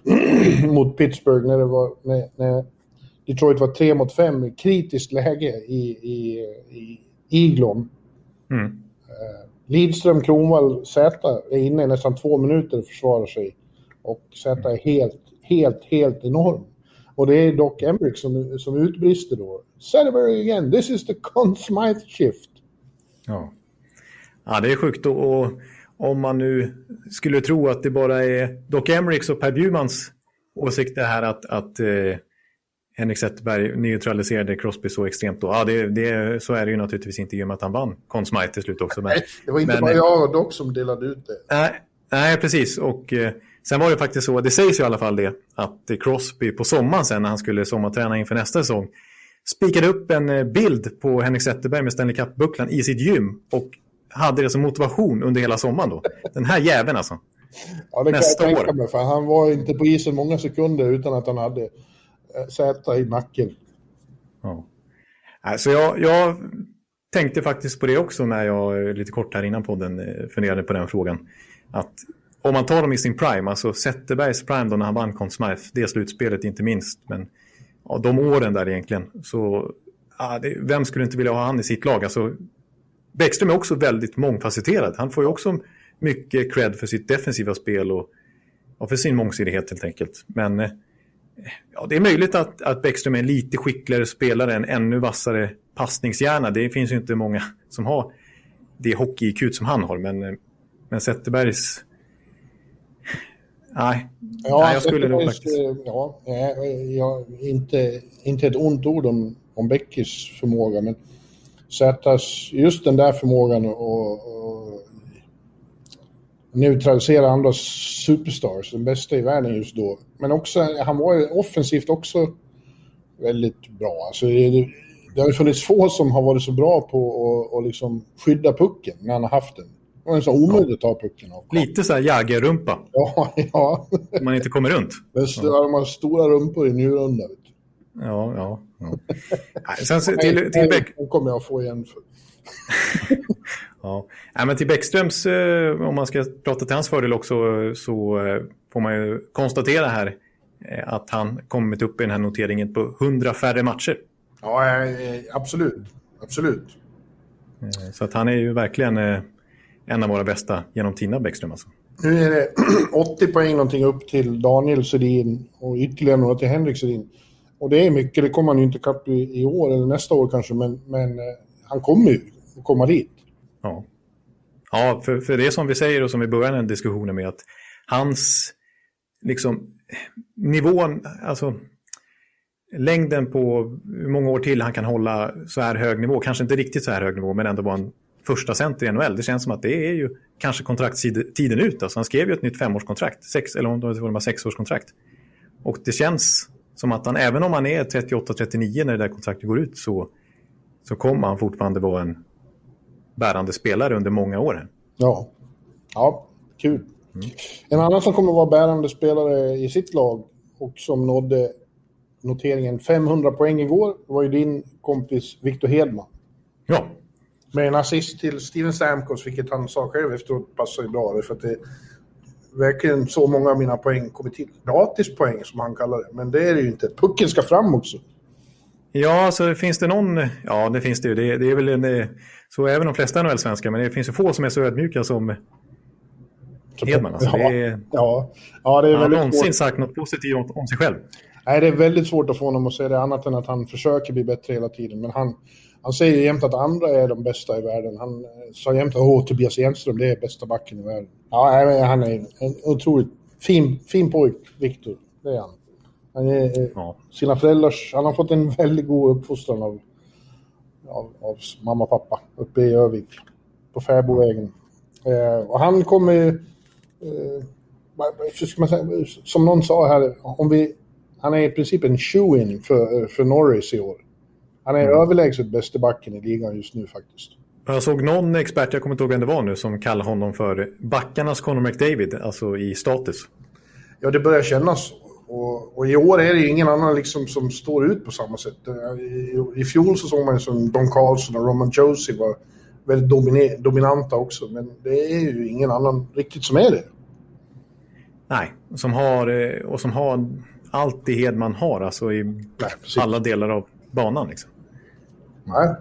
mot Pittsburgh när, det var, när, när Detroit var tre mot fem, kritiskt läge i, i, i Iglon. Mm. Eh, Lidström, Kronwall, Zäta är inne i nästan två minuter och försvarar sig. Och Zäta är helt, helt, helt enorm. Och det är Doc Emrick som, som utbrister då. Zetterberg again, this is the Conn Smythe shift. Ja. Ja, det är sjukt. Och, och om man nu skulle tro att det bara är Doc Emricks och Per Bjurmans åsikt det här att, att eh, Henrik Zetterberg neutraliserade Crosby så extremt då. Ja, det, det, så är det ju naturligtvis inte i och med att han vann Conn Smythe till slut också. Men, nej, det var inte men, bara jag och Doc som delade ut det. Nej, nej precis. Och eh, sen var det faktiskt så, det sägs ju i alla fall det, att Crosby på sommaren sen när han skulle sommarträna inför nästa säsong spikade upp en bild på Henrik Zetterberg med Stanley Cup-bucklan i sitt gym och hade det som motivation under hela sommaren då. Den här jäveln alltså. Ja, det nästa kan jag tänka mig, för han var inte på isen många sekunder utan att han hade Zäta i nacken. Ja. Alltså jag, jag tänkte faktiskt på det också när jag lite kort här innan podden funderade på den frågan. Att om man tar dem i sin prime, alltså Zetterbergs prime då när han vann Conn Smythe, det slutspelet inte minst, men ja, de åren där egentligen, så ja, det, vem skulle inte vilja ha han i sitt lag? Alltså, Bäckström är också väldigt mångfacetterad. Han får ju också mycket cred för sitt defensiva spel och, och för sin mångsidighet helt enkelt. Men ja, det är möjligt att, att Bäckström är en lite skickligare spelare, en ännu vassare passningshjärna. Det finns ju inte många som har det hockey-I Q som han har, men, men Zetterbergs nej, ja, nej jag skulle nog faktiskt ja, ja, inte, inte ett ont ord om, om Bäckis förmåga, men Zätas just den där förmågan och, och neutralisera andra superstars, den bästa i världen just då. Men också, han var ju offensivt också väldigt bra. Alltså det, det har funnits få som har varit så bra på att och liksom skydda pucken när han har haft den. Det var en så omöjligt att ta pucken av. Lite så här Jagger-rumpa. Ja, ja. Man inte kommer runt. Men ja. Man har stora rumpor i njurunda. Ja, ja. ja. Sen till, till, till Bäck... Det kommer jag få igen för. Ja. Nej, men till Bäckströms, om man ska prata till hans fördel också, så får man ju konstatera här att han kommit upp i den här noteringen på hundra färre matcher. Ja, absolut. Absolut. Så att han är ju verkligen en av våra bästa genom Tina Bäckström alltså. Nu är det åttio poäng någonting upp till Daniel Sedin och ytterligare några till Henrik Sedin. Och det är mycket, det kommer han ju inte kapp i, i år eller nästa år kanske, men, men eh, han kommer ju att komma dit. Ja, ja för, för det som vi säger och som vi börjar den diskussionen med, att hans liksom nivån, alltså längden på hur många år till han kan hålla så här hög nivå, kanske inte riktigt så här hög nivå, men ändå vara en första center i N H L. Det känns som att det är ju kanske kontraktstiden ut. Alltså han skrev ju ett nytt femårskontrakt, sex, eller om det var sexårskontrakt. Och det känns som att han, även om han är trettioåtta trettionio när det där kontraktet går ut, så, så kommer han fortfarande vara en bärande spelare under många år. Ja, ja, kul. Mm. En annan som kommer vara bärande spelare i sitt lag och som nådde noteringen femhundra poäng igår var ju din kompis Victor Hedman. Ja. Med en assist till Steven Stamkos, vilket han sa själv efteråt passar ju bra. För att det verkligen så många av mina poäng kommer till. Gratispoäng som han kallar det. Men det är det ju inte. Pucken ska fram också. Ja, så finns det någon... Ja, det finns det ju. Det, det är väl en, så även de flesta N H L-svenskar. Men det finns ju få som är så ödmjuka som Hedman. Alltså, ja, det är, ja, ja, det är han har väldigt någonsin svårt. sagt något positivt om, om sig själv. Nej, det är väldigt svårt att få honom att säga det annat än att han försöker bli bättre hela tiden. Men han, han säger ju jämt att andra är de bästa i världen. Han sa jämt att åh, Tobias Enström, det är bästa backen i världen. Ja, han är en otroligt fin, fin pojk, Victor. Det är han. Han är ja. sina föräldrars... Han har fått en väldigt god uppfostran av, av, av mamma och pappa uppe i Övik på Färbovägen. Eh, och han kommer... Eh, ska man säga, som någon sa här, om vi, han är i princip en shoe-in för, för Norris i år. Han är mm. överlägset bästa backen i ligan just nu faktiskt. Jag såg någon expert, jag kommer inte ihåg vem det var nu, som kallar honom för backarnas Connor McDavid, alltså i status. Ja, det börjar kännas. Och, och i år är det ju ingen annan liksom som står ut på samma sätt. I, i fjol så såg man ju som Don Carlson och Roman Josi var väldigt domine- dominanta också. Men det är ju ingen annan riktigt som är det. Nej, som har, och som har allt det Hedman har, alltså i Nej, alla delar av banan liksom. Nej,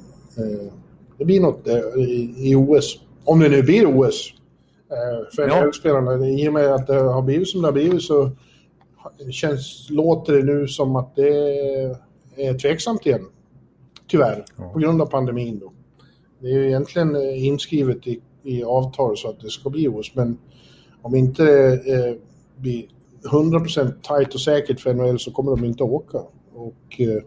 det blir något i, i O S. Om det nu blir O S. För N H L-spelarna, i och med att det har blivit som det har blivit så känns, låter det nu som att det är tveksamt igen. Tyvärr, ja. På grund av pandemin då. Det är ju egentligen inskrivet i, i avtal så att det ska bli O S, men om inte det eh, blir hundra procent tajt och säkert för N H L så kommer de inte att åka. Och eh,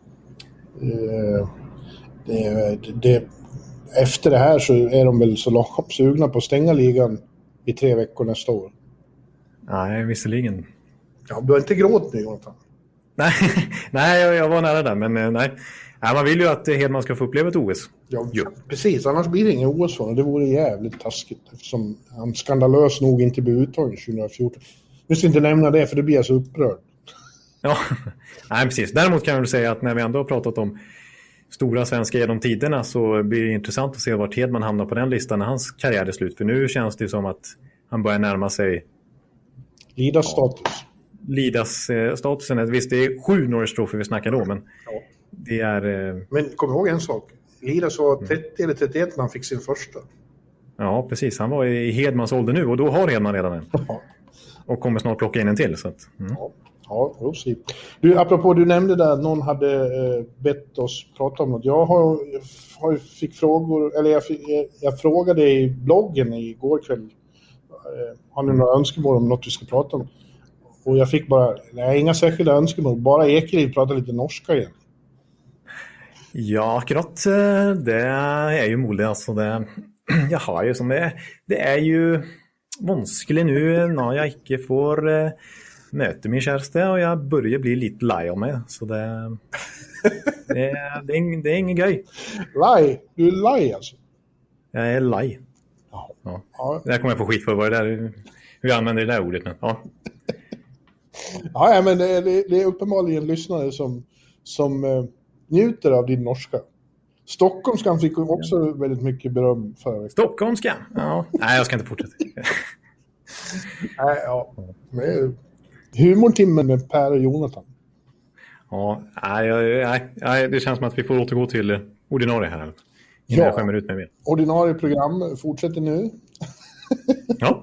det, det, efter det här så är de väl så lagom sugna på att stänga ligan i tre veckor nästa år. Nej, visserligen. Ja, du har inte gråt nu, Jonathan. Nej, nej jag, jag var nära där, men nej. nej. Man vill ju att Hedman ska få uppleva ett O S. Ja, jo. Precis. Annars blir det ingen O S för honom. Det vore jävligt taskigt eftersom han skandalös nog inte blev uttagen tjugohundrafjorton. Vi ska inte nämna det för det blir jag så upprörd. Ja, nej precis. Däremot kan jag väl säga att när vi ändå har pratat om stora svenska genom tiderna så blir det intressant att se vart Hedman hamnar på den listan när hans karriär är slut. För nu känns det som att han börjar närma sig Lidas status. Ja, Lidas eh, statusen. Visst, det är sju Norris Trophy vi snackar då, men ja. det är... Eh... Men kom ihåg en sak. Lidas var trettio mm. eller trettioett när han fick sin första. Ja, precis. Han var i Hedmans ålder nu och då har Hedman redan en. Ja. Och kommer snart plocka in en till. Så att, mm. Ja, ja we'll see. Du, apropå du nämnde där att någon hade eh, bett oss prata om något. Jag har, har fick frågor, eller jag, fick, jag, jag frågade i bloggen igår kväll. Eh, har ni några önskemål om något vi ska prata om? Och jag fick bara, nej, inga särskilda önskemål. Bara Ekeryd pratar lite norska igen. Ja, akkurat. Det är ju mulig. Altså det, jeg har jo som det, det er jo vanskelig nu når jeg ikke får uh, møte min kjæreste, og jeg börjar bli litt lei av meg. Så det, det, det, er, det er ingen gøy. Lei? Du är lei alltså? Jag är lei. Ja. Ja. Ja. Det här kommer jag få skit för. Vad det där, hur jag använder det där ordet nu. Ja. Ja, men det är, det är uppenbarligen lyssnare som, som uh, njuter av din norska. Stockholmskan fick också ja. väldigt mycket beröm förra veckan. Stockholmskan? Ja. Nej, jag ska inte fortsätta. Nej, ja. Humortimmen med Per och Jonathan. Ja, nej, nej, nej, det känns som att vi får återgå till ordinarie här. Ja, jag skämmer ut mig med. Ordinarie program fortsätter nu. Ja.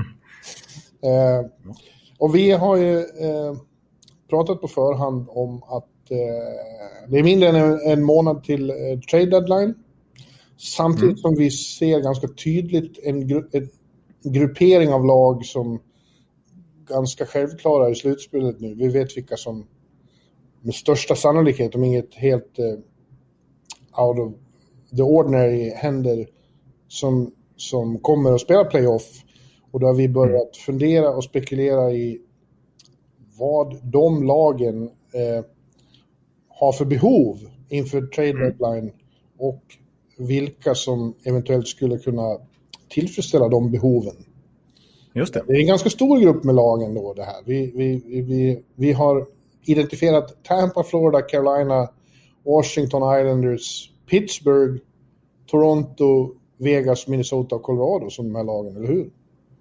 eh, och vi har ju eh, pratat på förhand om att eh, det är mindre än en, en månad till eh, trade deadline. Samtidigt mm. som vi ser ganska tydligt en, gru- ett, gruppering av lag som ganska självklara i slutspelet nu. Vi vet vilka som med största sannolikhet, om inget helt uh, out of the ordinary händer, som, som kommer att spela playoff. Och då har vi börjat mm. fundera och spekulera i vad de lagen eh, har för behov inför trade deadline mm. och vilka som eventuellt skulle kunna tillfredsställa de behoven. Just det. Det är en ganska stor grupp med lagen då det här. Vi, vi, vi, vi har identifierat Tampa, Florida, Carolina, Washington Islanders, Pittsburgh, Toronto, Vegas, Minnesota och Colorado som de här lagen, eller hur?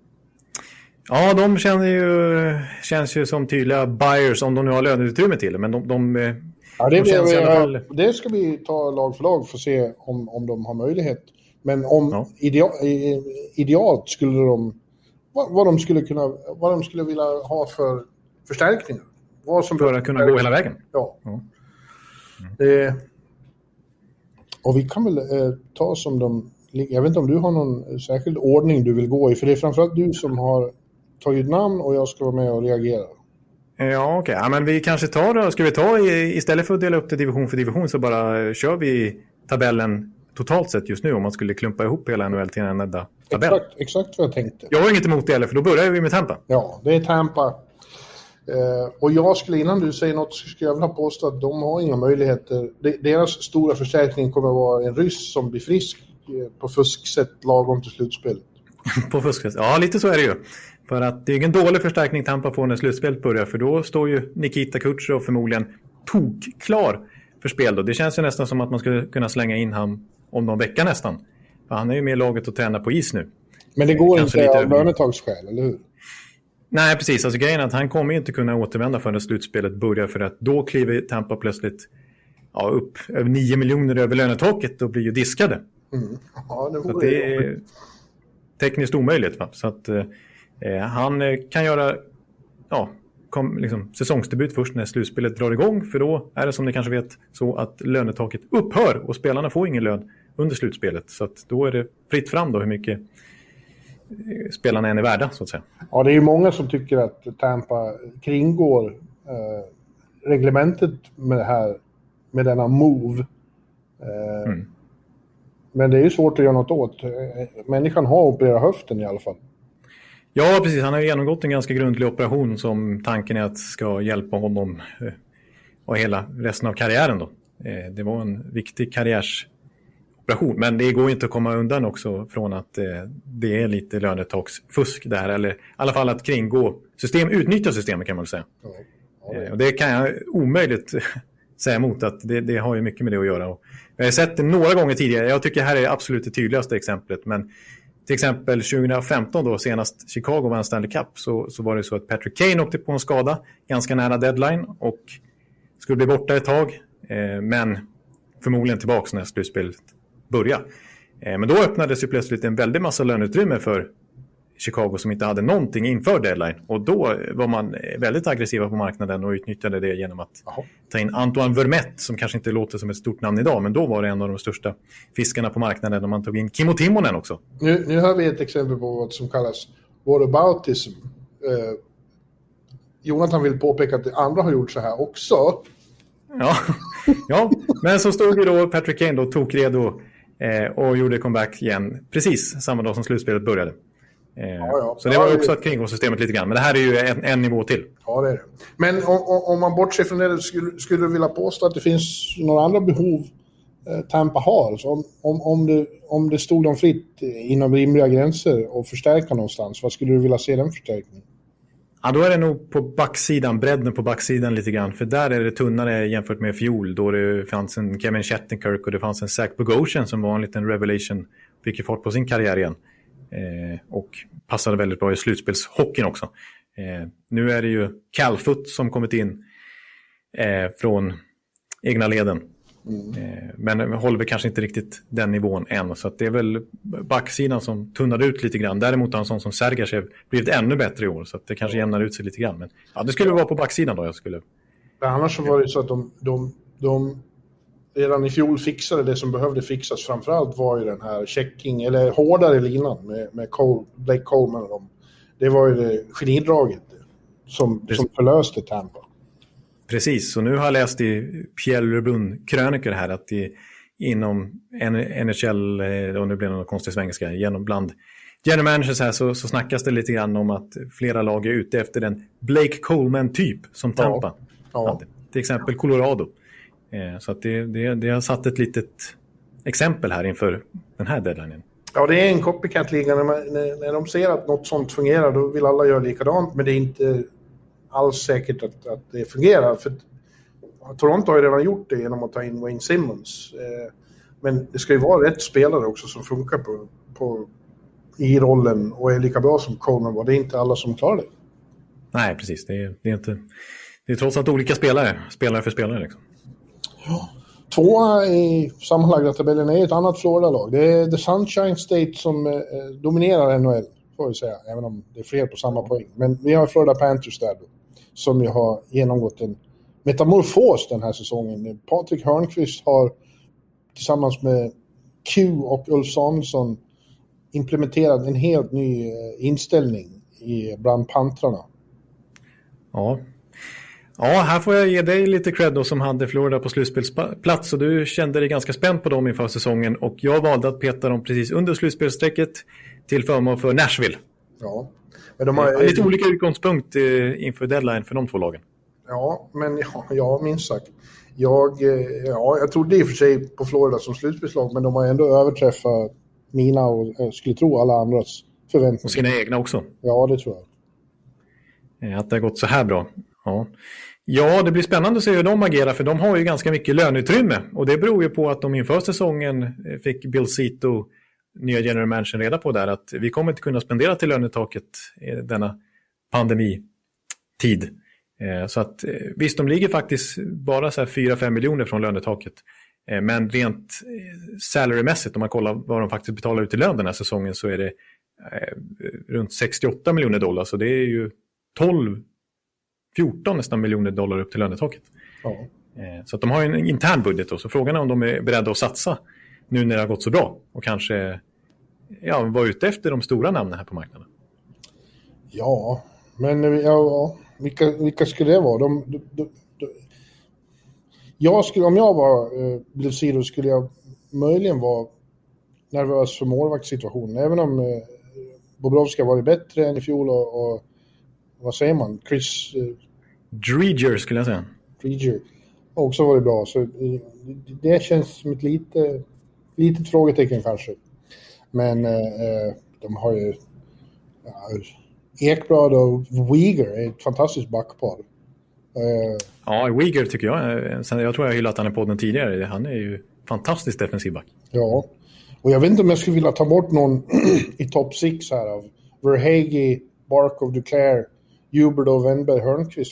Ja, de känner ju, känns ju som tydliga buyers om de nu har löneutrymme till det, men de, de, ja, det, de känns vi, i alla fall... Det ska vi ta lag för lag för att se om, om de har möjlighet. Men om ja. idea, idealt skulle de vad, vad de skulle kunna vad de skulle vilja ha för förstärkningar. Vad som för att kunna gå hela vägen. Ja. ja. Mm. Det, och vi kan väl eh, ta som de... Jag vet inte om du har någon särskild ordning du vill gå i. För det är framförallt du som har tagit namn och jag ska vara med och reagera. Ja, okej. Okay. Ja, men vi kanske tar då... Ska vi ta istället för att dela upp det division för division så bara kör vi tabellen totalt sett just nu om man skulle klumpa ihop hela N H L till en enda tabell. Exakt, exakt vad jag tänkte. Jag har inget emot det heller, för då börjar vi med Tampa. Ja, det är Tampa. Uh, och jag skulle, innan du säger något, skulle jag vilja påstå att de har inga möjligheter. De, deras stora förstärkning kommer att vara en ryss som blir frisk på fusksätt lagom till slutspelet. På fusksätt? Ja, lite så är det ju. För att det är ingen dålig förstärkning Tampa får när slutspelet börjar, för då står ju Nikita Kucherov förmodligen tokklar för spel då. Det känns ju nästan som att man skulle kunna slänga in han om någon vecka nästan. För han är ju med i laget och tränar på is nu. Men det går Kanske inte av lönetagsskäl, eller hur? Nej, precis. Alltså grejen är att han kommer ju inte kunna återvända förrän slutspelet börjar, för att då kliver Tampa plötsligt ja, upp över nio miljoner över lönetaket och blir ju diskade. Mm. Ja, det, så det är tekniskt omöjligt. Va? Så att eh, han kan göra ja, kom, liksom, säsongsdebut först när slutspelet drar igång, för då är det som ni kanske vet så att lönetaket upphör och spelarna får ingen lön under slutspelet. Så att då är det fritt fram då hur mycket spelarna än är värda, så att säga. Ja, det är ju många som tycker att Tampa kringgår eh, reglementet med det här, med denna move. Eh, mm. Men det är ju svårt att göra något åt. Människan har opererat höften i alla fall. Ja, precis. Han har genomgått en ganska grundlig operation som tanken är att ska hjälpa honom eh, och hela resten av karriären då. Eh, det var en viktig karriärsoperation. Men det går inte att komma undan också från att eh, det är lite lönetaksfusk där. Eller i alla fall att kringgå system, utnyttja systemet kan man väl säga. Ja, ja, det. Eh, och det kan jag omöjligt säga emot, att det, det har ju mycket med det att göra. Och jag har sett det några gånger tidigare. Jag tycker här är absolut det tydligaste exemplet. Men till exempel tjugohundrafemton då, senast Chicago vann Stanley Cup, så, så var det så att Patrick Kane åkte på en skada ganska nära deadline och skulle bli borta ett tag. Eh, men förmodligen tillbaka när slutspelet började. Eh, men då öppnades ju plötsligt en väldigt massa löneutrymme för Chicago som inte hade någonting inför deadline. Och då var man väldigt aggressiva på marknaden och utnyttjade det genom att Aha. ta in Antoine Vermette, som kanske inte låter som ett stort namn idag, men då var det en av de största fiskarna på marknaden, och man tog in Kimmo Timonen också. Nu, nu har vi ett exempel på vad som kallas whataboutism. Eh, Jonathan vill påpeka att andra har gjort så här också. Ja, ja, men så stod ju då Patrick Kane då tokredo eh, och gjorde comeback igen precis samma dag som slutspelet började. Ja, ja. Så det var ju också att kringgå systemet lite grann. Men det här är ju en, en nivå till. Ja, det är det. Men om, om man bortser från det, skulle, skulle du vilja påstå att det finns några andra behov eh, Tampa har? Så om, om, om, det, om det stod dem fritt inom rimliga gränser och förstärka någonstans, vad skulle du vilja se den förstärkningen? Ja, då är det nog på backsidan, bredden på backsidan lite grann. För där är det tunnare jämfört med fjol, då det fanns en Kevin Shattenkirk och det fanns en Zach Bogosian som var en liten revelation, fick ju fart på sin karriär igen. Eh, och passade väldigt bra i slutspelshockeyn också. Eh, nu är det ju Calfoot som kommit in eh, från egna leden. Mm. Eh, men håller väl kanske inte riktigt den nivån än. Så att det är väl backsidan som tunnar ut lite grann. Däremot har en sån som Sergachev blivit ännu bättre i år. Så att det kanske jämnar ut sig lite grann. Men ja, det skulle vara på backsidan då jag skulle... Men annars så var det så att de, de, de redan i fjol fixade det som behövde fixas. Framförallt var ju den här checking, eller hårdare linan med, med Cole, Blake Coleman och dem. Det var ju det genidraget som, som förlöste Tampa. Precis, och nu har jag läst i Pierre LeBrun-krönikor här att det inom N H L, och nu blir det någon konstig svengelska, genom bland general managers här så, så snackas det lite grann om att flera lag är ute efter en Blake Coleman-typ som Tampa ja. Ja. hade. Till exempel Colorado. Eh, så att det, det, det har satt ett litet exempel här inför den här deadlinen. Ja, det är en copycat-liga. När, man, när, när de ser att något sånt fungerar, då vill alla göra likadant. Men det är inte alls säkert att, att det fungerar. För Toronto har ju redan gjort det genom att ta in Wayne Simmons. Eh, men det ska ju vara rätt spelare också som funkar på, på, i rollen och är lika bra som Coleman var. Det är inte alla som klarar det. Nej, precis. Det är, det är, inte, det är trots allt olika spelare. Spelare för spelare liksom. Ja. Tvåa i sammanlagda tabellen är ett annat Florida-lag. Det är The Sunshine State som eh, dominerar N H L, får vi säga. Även om det är fler på samma poäng. Men vi har Florida Panthers där då, som ju har genomgått en metamorfos den här säsongen. Patrik Hörnqvist har tillsammans med Q och Ulf Samuelsson implementerat en helt ny inställning i bland pantrarna. Ja. Ja, här får jag ge dig lite cred då, som hade Florida på slutspelsplats, och du kände dig ganska spänd på dem inför säsongen, och jag valde att peta dem precis under slutspelsstrecket till förmån för Nashville. Ja. Men de har lite olika utgångspunkt inför deadline för de två lagen. Ja, men ja, ja minst sagt. Jag, ja, jag trodde i och för sig på Florida som slutspelslag, men de har ändå överträffat mina och jag skulle tro alla andras förväntningar. Och sina egna också. Ja, det tror jag. Att det har gått så här bra. Ja. Ja, det blir spännande att se hur de agerar, för de har ju ganska mycket löneutrymme. Och det beror ju på att de inför säsongen fick Bill Zito, nya general manager, reda på där att vi kommer inte kunna spendera till lönetaket denna pandemitid. Så att visst, de ligger faktiskt bara så här fyra fem miljoner från lönetaket. Men rent salarymässigt, om man kollar vad de faktiskt betalar ut i lön den här säsongen, så är det runt sextioåtta miljoner dollar. Så det är ju tolv fjorton nästan miljoner dollar upp till lönetaket. Ja. Så att de har en intern budget då. Så frågan är om de är beredda att satsa nu när det har gått så bra. Och kanske ja, vara ute efter de stora namnen här på marknaden. Ja, men ja, ja. Vilka, vilka skulle det vara? De, de, de, de. Jag skulle, om jag var eh, Bill Zito skulle jag möjligen vara nervös för målvaktssituationen. Även om eh, Bobrovski har varit bättre än i fjol och, och vad säger man? Chris... Eh, Driedger skulle jag säga. Driedger har också varit bra. Så eh, det känns som ett lite, litet frågetecken kanske. Men eh, de har ju... Ja, Ekblad och Weegar är ett fantastiskt backpar. Uh, ja, Weegar tycker jag. Jag tror jag har hyllat han i podden tidigare. Han är ju fantastiskt defensiv back. Ja, och jag vet inte om jag skulle vilja ta bort någon i topp sex här av Verhaeghe, Barkov, Duclair, Huberdeau, Wennberg, Hörnqvist.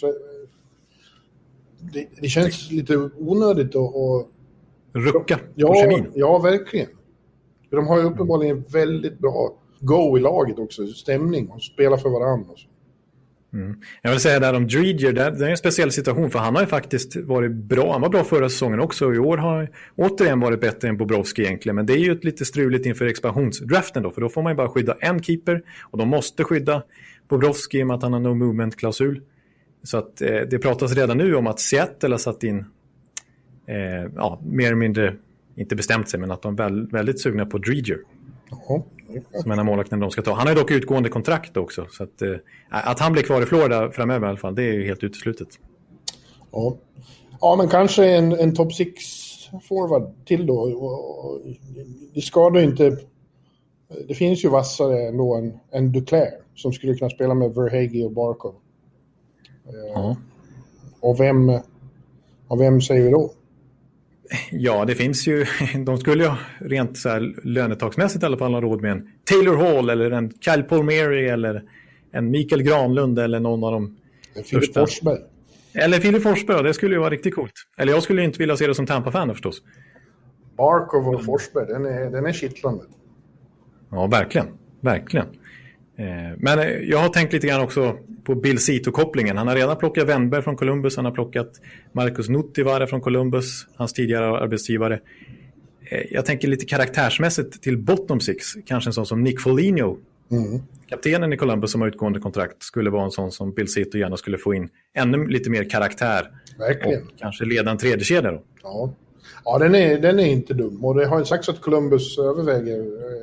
Det, det känns lite onödigt att... att rucka ja, på kemin. Ja, verkligen. De har ju uppenbarligen väldigt bra go i laget också, stämning och spela för varandra. Och så. Mm. Jag vill säga där om Driedger, det är en speciell situation, för han har ju faktiskt varit bra. Han var bra förra säsongen också, och i år har han återigen varit bättre än Bobrovski egentligen. Men det är ju ett lite struligt inför expansionsdraften då, för då får man ju bara skydda en keeper, och de måste skydda Bobrovski med att han har no movement-klausul. Så att eh, det pratas redan nu om att Seattle har satt in eh, ja, mer eller mindre, inte bestämt sig, men att de är väl, väldigt sugna på Driedger. Ja. Som en av målvakterna de ska ta. Han har ju dock utgående kontrakt också. Så att, eh, att han blir kvar i Florida framöver i alla fall, det är ju helt uteslutet. Ja, ja men kanske en, en top six forward till då. Det skadar ju inte... Det finns ju vassare ändå än, än Duclair som skulle kunna spela med Verhaeghe och Barkov. Ja. Och vem, och vem säger vi då? Ja, det finns ju, de skulle ju rent så här lönetagsmässigt i alla fall ha råd med en Taylor Hall eller en Kyle Palmieri eller en Mikael Granlund eller någon av de Filip Forsberg. Eller Filip Forsberg, det skulle ju vara riktigt coolt. Eller jag skulle inte vilja se det som Tampa-fan förstås. Barkov och Forsberg, den är, den är kittlande. Ja, verkligen. Verkligen. Men jag har tänkt lite grann också på Bill Zito-kopplingen. Han har redan plockat Wennberg från Columbus. Han har plockat Markus Nuttivaara från Columbus, hans tidigare arbetsgivare. Jag tänker lite karaktärsmässigt till bottom six. Kanske en sån som Nick Foligno. Mm. Kaptenen i Columbus som har utgående kontrakt skulle vara en sån som Bill Zito gärna skulle få in ännu lite mer karaktär. Verkligen. Och kanske leda en tredje kedja då. Ja, ja den, är, den är inte dum. Och det har ju sagts att Columbus överväger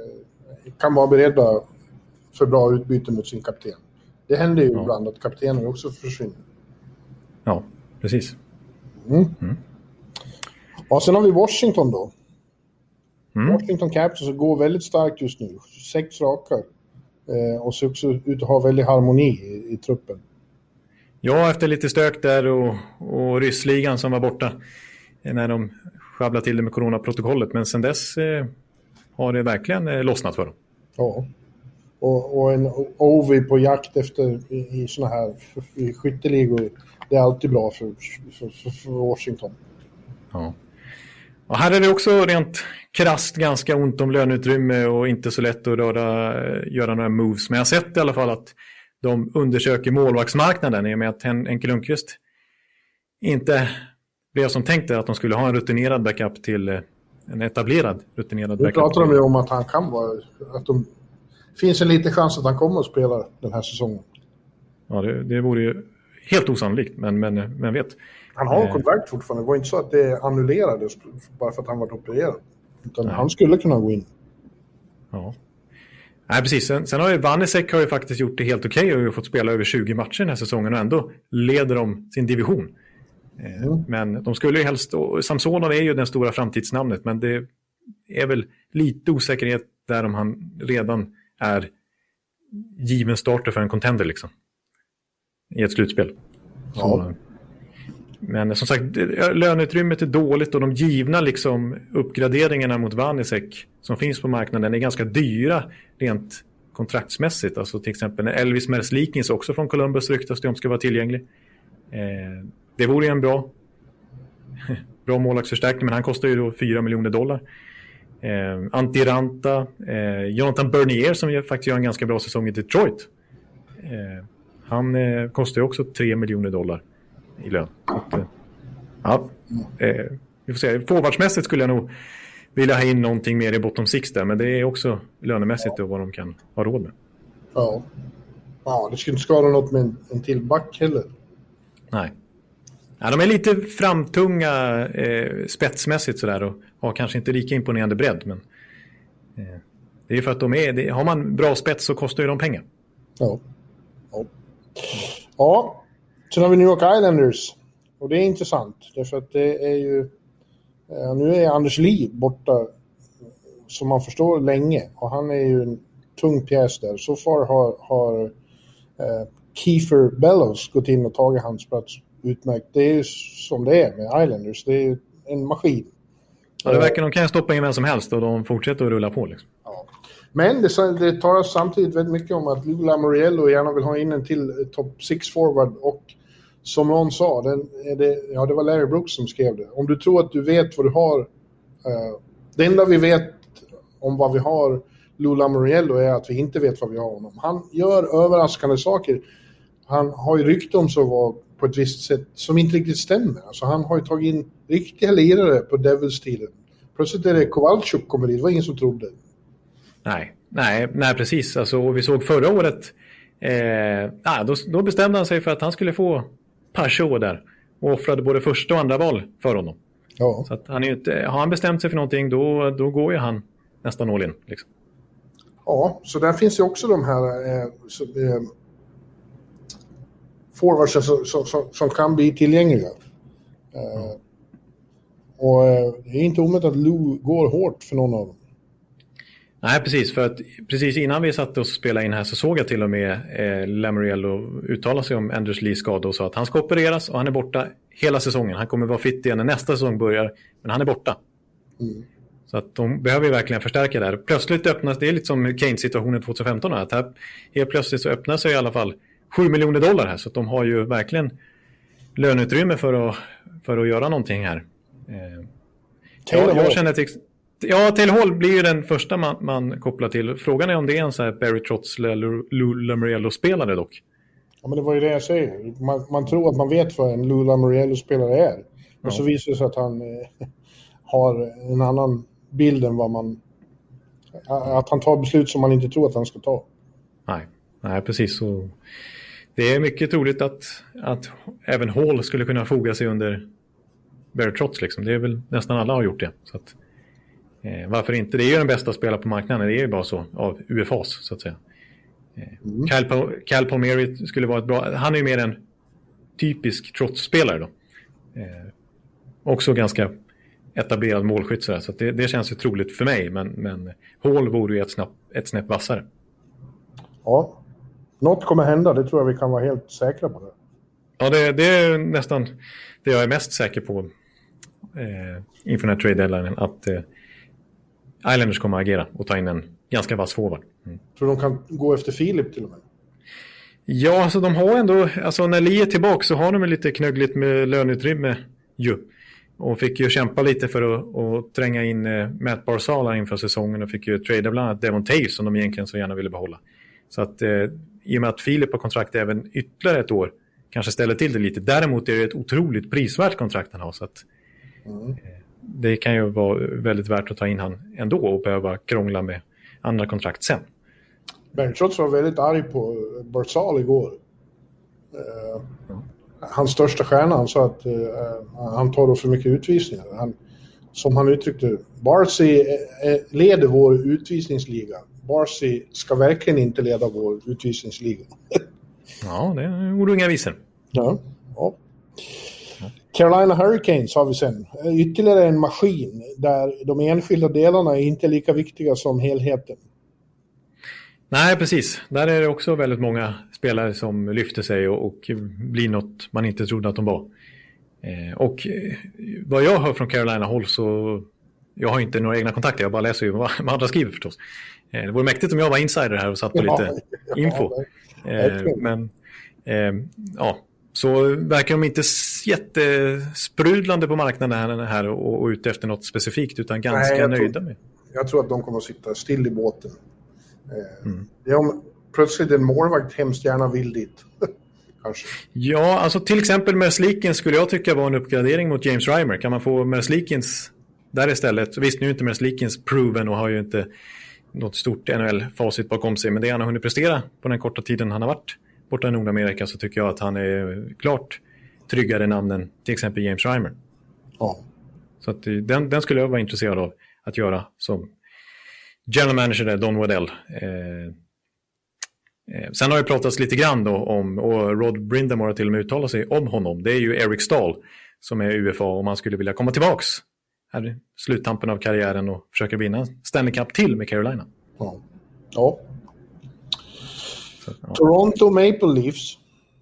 kan vara beredda för bra utbyte mot sin kapten. Det händer ju ja. ibland att kaptenen också försvinner. Ja, precis. Mm. Mm. Och sen har vi Washington då. Mm. Washington Capitals går väldigt starkt just nu. Sex raka. Eh, och ser också ut att ha väldigt harmoni i, i truppen. Ja, efter lite stök där och, och ryssligan som var borta när de sjabblade till det med coronaprotokollet. Men sen dess eh, har det verkligen eh, lossnat för dem. Ja. Och, och en O V på jakt efter i, i såna här i skytteligor. Det är alltid bra för, för, för, för Washington. Ja. Och här är det också rent krasst ganska ont om löneutrymme och inte så lätt att röra, göra några moves. Men jag har sett i alla fall att de undersöker målvaktsmarknaden i och med att Henke Lundqvist inte blev som tänkte att de skulle ha en rutinerad backup till en etablerad rutinerad backup. Nu pratar de ju om att han kan vara, att de finns en liten chans att han kommer att spela den här säsongen. Ja, det, det vore ju helt osannolikt, men, men, men vet. Han har kontrakt fortfarande. Det var inte så att det annullerades bara för att han var opererad. Utan Nej. han skulle kunna gå in. Ja. Nej, precis. Sen, sen har ju Vanisek har ju faktiskt gjort det helt okej okay och har fått spela över tjugo matcher den här säsongen och ändå leder de sin division. Mm. Men de skulle ju helst... Samsonov är ju den stora framtidsnamnet, men det är väl lite osäkerhet där om han redan är given starter för en contender liksom. I ett slutspel. Ja. Så, men som sagt, löneutrymmet är dåligt och de givna liksom uppgraderingarna mot Vanisek som finns på marknaden är ganska dyra rent kontraktsmässigt. Alltså till exempel när Elvis Merzlikins också från Columbus ryktas det om ska vara tillgänglig. Eh, det vore ju en bra bra målvaktsförstärkning, men han kostar ju då fyra miljoner dollar. Eh, Antti Ranta, eh, Jonathan Bernier som faktiskt gör en ganska bra säsong i Detroit. Eh, han eh, kostar ju också tre miljoner dollar i lön. Att, eh, ja, eh, vi får se. Forwardsmässigt skulle jag nog vilja ha in någonting mer i bottom six där, men det är också lönemässigt och vad de kan ha råd med. Ja, ja det skulle inte skada något med en, en till back heller. Nej. Ja, de är lite framtunga eh, spetsmässigt sådär och har kanske inte lika imponerande bredd, men eh, det är för att de är, det, har man bra spets så kostar ju de pengar. Ja. Ja. Ja, sen har vi New York Islanders och det är intressant därför att det är ju eh, nu är Anders Lee borta som man förstår länge och han är ju en tung pjäs där. Så far har, har eh, Kiefer Bellows gått in och tagit hans plats utmärkt. Det är ju som det är med Islanders. Det är ju en maskin. Ja, det verkar de kan stoppa in vem som helst och de fortsätter att rulla på liksom. Ja. Men det, det tar samtidigt väldigt mycket om att Lou Lamoriello gärna vill ha in en till top six forward och som någon sa, den, är det, ja det var Larry Brooks som skrev det. Om du tror att du vet vad du har, uh, det enda vi vet om vad vi har Lou Lamoriello är att vi inte vet vad vi har honom. Han gör överraskande saker. Han har ju rykte om så att vara på ett visst sätt som inte riktigt stämmer. Alltså han har ju tagit in riktiga lirare på Devils-tiden. Plötsligt är det Kowalczyk kommer dit. Det var ingen som trodde. Nej, nej, nej precis. Alltså, vi såg förra året eh, ah, då, då bestämde han sig för att han skulle få Peugeot där och offrade både första och andra val för honom. Ja. Så att han är inte, har han bestämt sig för någonting då, då går ju han nästan all in. Liksom. Ja, så där finns ju också de här eh, så, eh, forwards som, som, som, som kan bli tillgängliga. Eh, mm. Och eh, det är inte omöjligt att Lou går hårt för någon av dem. Nej, precis. För att precis innan vi satt och spelade in här så såg jag till och med eh, Lamoriello uttala sig om Anders Lees skada och sa att han ska opereras och han är borta hela säsongen. Han kommer vara fit igen när nästa säsong börjar, men han är borta. Mm. Så att de behöver ju verkligen förstärka där. Plötsligt öppnas, det är lite som Kane-situationen tjugohundrafemton. Att här, helt plötsligt så öppnar sig i alla fall sju miljoner dollar här. Så att de har ju verkligen löneutrymme för att, för att göra någonting här. Eh, jag, jag känner till... Ja, Taylor Hall blir ju den första man, man kopplar till. Frågan är om det är en så här Barry Trotz eller Lou Lamoriello-spelare dock. Ja, men det var ju det jag säger. Man, man tror att man vet vad en Lou Lamoriello-spelare är. Och ja. Så visar det sig att han eh, har en annan bild än vad man... Att han tar beslut som man inte tror att han ska ta. Nej, Nej precis. Så det är mycket troligt att, att även Hall skulle kunna foga sig under Barry Trotz. Liksom. Det är väl nästan alla har gjort det. Så att, eh, varför inte? Det är ju den bästa spelaren på marknaden. Det är ju bara så av U F As så att säga. Mm. Cal, Cal Palmieri skulle vara ett bra... Han är ju mer en typisk Trotz-spelare då. Eh, också ganska etablerad målskytt så, så att det, det känns ju troligt för mig, men, men Hall vore ju ett, snapp, ett snäpp vassare. Ja, något kommer hända, det tror jag vi kan vara helt säkra på det. Ja, det, det är nästan det jag är mest säker på eh, inför den här trade deadline, att eh, Islanders kommer att agera och ta in en ganska vass forward. Mm. Tror de kan gå efter Filip till och med? Ja, alltså de har ändå, alltså när Lee är tillbaka så har de lite knöggligt med löneutrymme ju. Och fick ju kämpa lite för att, att tränga in eh, Matt Barzal inför säsongen och fick ju trada bland annat Devon Taves som de egentligen så gärna ville behålla. Så att eh, i och med att Filip har kontrakt även ytterligare ett år kanske ställer till det lite. Däremot är det ett otroligt prisvärt kontrakt han har, så att mm. eh, det kan ju vara väldigt värt att ta in han ändå och behöva krångla med andra kontrakt sen. Barry Trotz var väldigt arg på Barzal igår. Uh, mm. Hans största stjärna, han sa att uh, han tar då för mycket utvisningar. Han, som han uttryckte, Barcy uh, leder vår utvisningsliga. Barcy ska verkligen inte leda vår utvisningsliga. Ja, det är ord och inga visor. Ja, ja. Carolina Hurricanes har vi sen. Ytterligare en maskin där de enskilda delarna är inte lika viktiga som helheten. Nej, precis. Där är det också väldigt många spelare som lyfter sig och, och blir något man inte trodde att de var. Eh, och eh, vad jag hör från Carolina Hall så... Jag har inte några egna kontakter, jag bara läser ju vad andra skriver förstås. Eh, det vore mäktigt om jag var insider här och satt på lite ja, info. Ja, eh, men eh, ja, så verkar de inte jättesprudlande på marknaden här och, och ute efter något specifikt, utan ganska Nej, nöjda tror, med. Jag tror att de kommer att sitta still i båten. Eh, mm. Det är om plötsligt en målvakt hemskt gärna vill dit. Kanske. Ja, alltså till exempel Merzlikins skulle jag tycka var en uppgradering mot James Reimer. Kan man få Merzlikins där istället? Så visst, nu är inte Merzlikins proven och har ju inte något stort N H L-facit bakom sig, men det han har hunnit prestera på den korta tiden han har varit borta i Nordamerika, så tycker jag att han är klart tryggare namnen till exempel James Reimer. Ja. Så att den, den skulle jag vara intresserad av att göra som general manager där, Don Waddell. Eh, eh, sen har det pratats lite grann då om, och Rod Brindamore har till och med uttalat sig om honom. Det är ju Eric Stahl som är U F A, och man skulle vilja komma tillbaks här i sluttampen av karriären och försöka vinna Stanley Cup till med Carolina. Ja. Ja. Så, ja. Toronto Maple Leafs.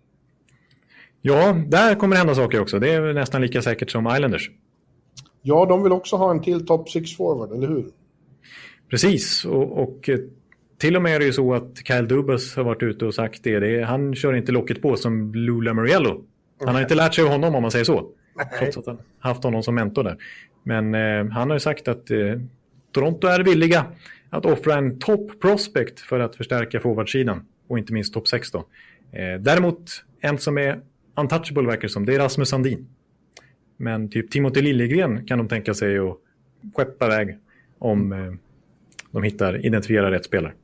Ja, där kommer det hända saker också. Det är nästan lika säkert som Islanders. Ja, de vill också ha en till top six forward, eller hur? Precis, och, och till och med är det ju så att Kyle Dubas har varit ute och sagt det. det är, han kör inte locket på som Lou Lamoriello. Han har inte lärt sig av honom, om man säger så. Nej. Trots att han haft honom som mentor där. Men eh, han har ju sagt att eh, Toronto är villiga att offra en top prospect för att förstärka forwardsidan. Och inte minst top sex då. Eh, däremot en som är untouchable verkar som, det är Rasmus Sandin. Men typ Timothy Liljegren kan de tänka sig att skeppa iväg om eh, de hittar, identifierar rätt spelare.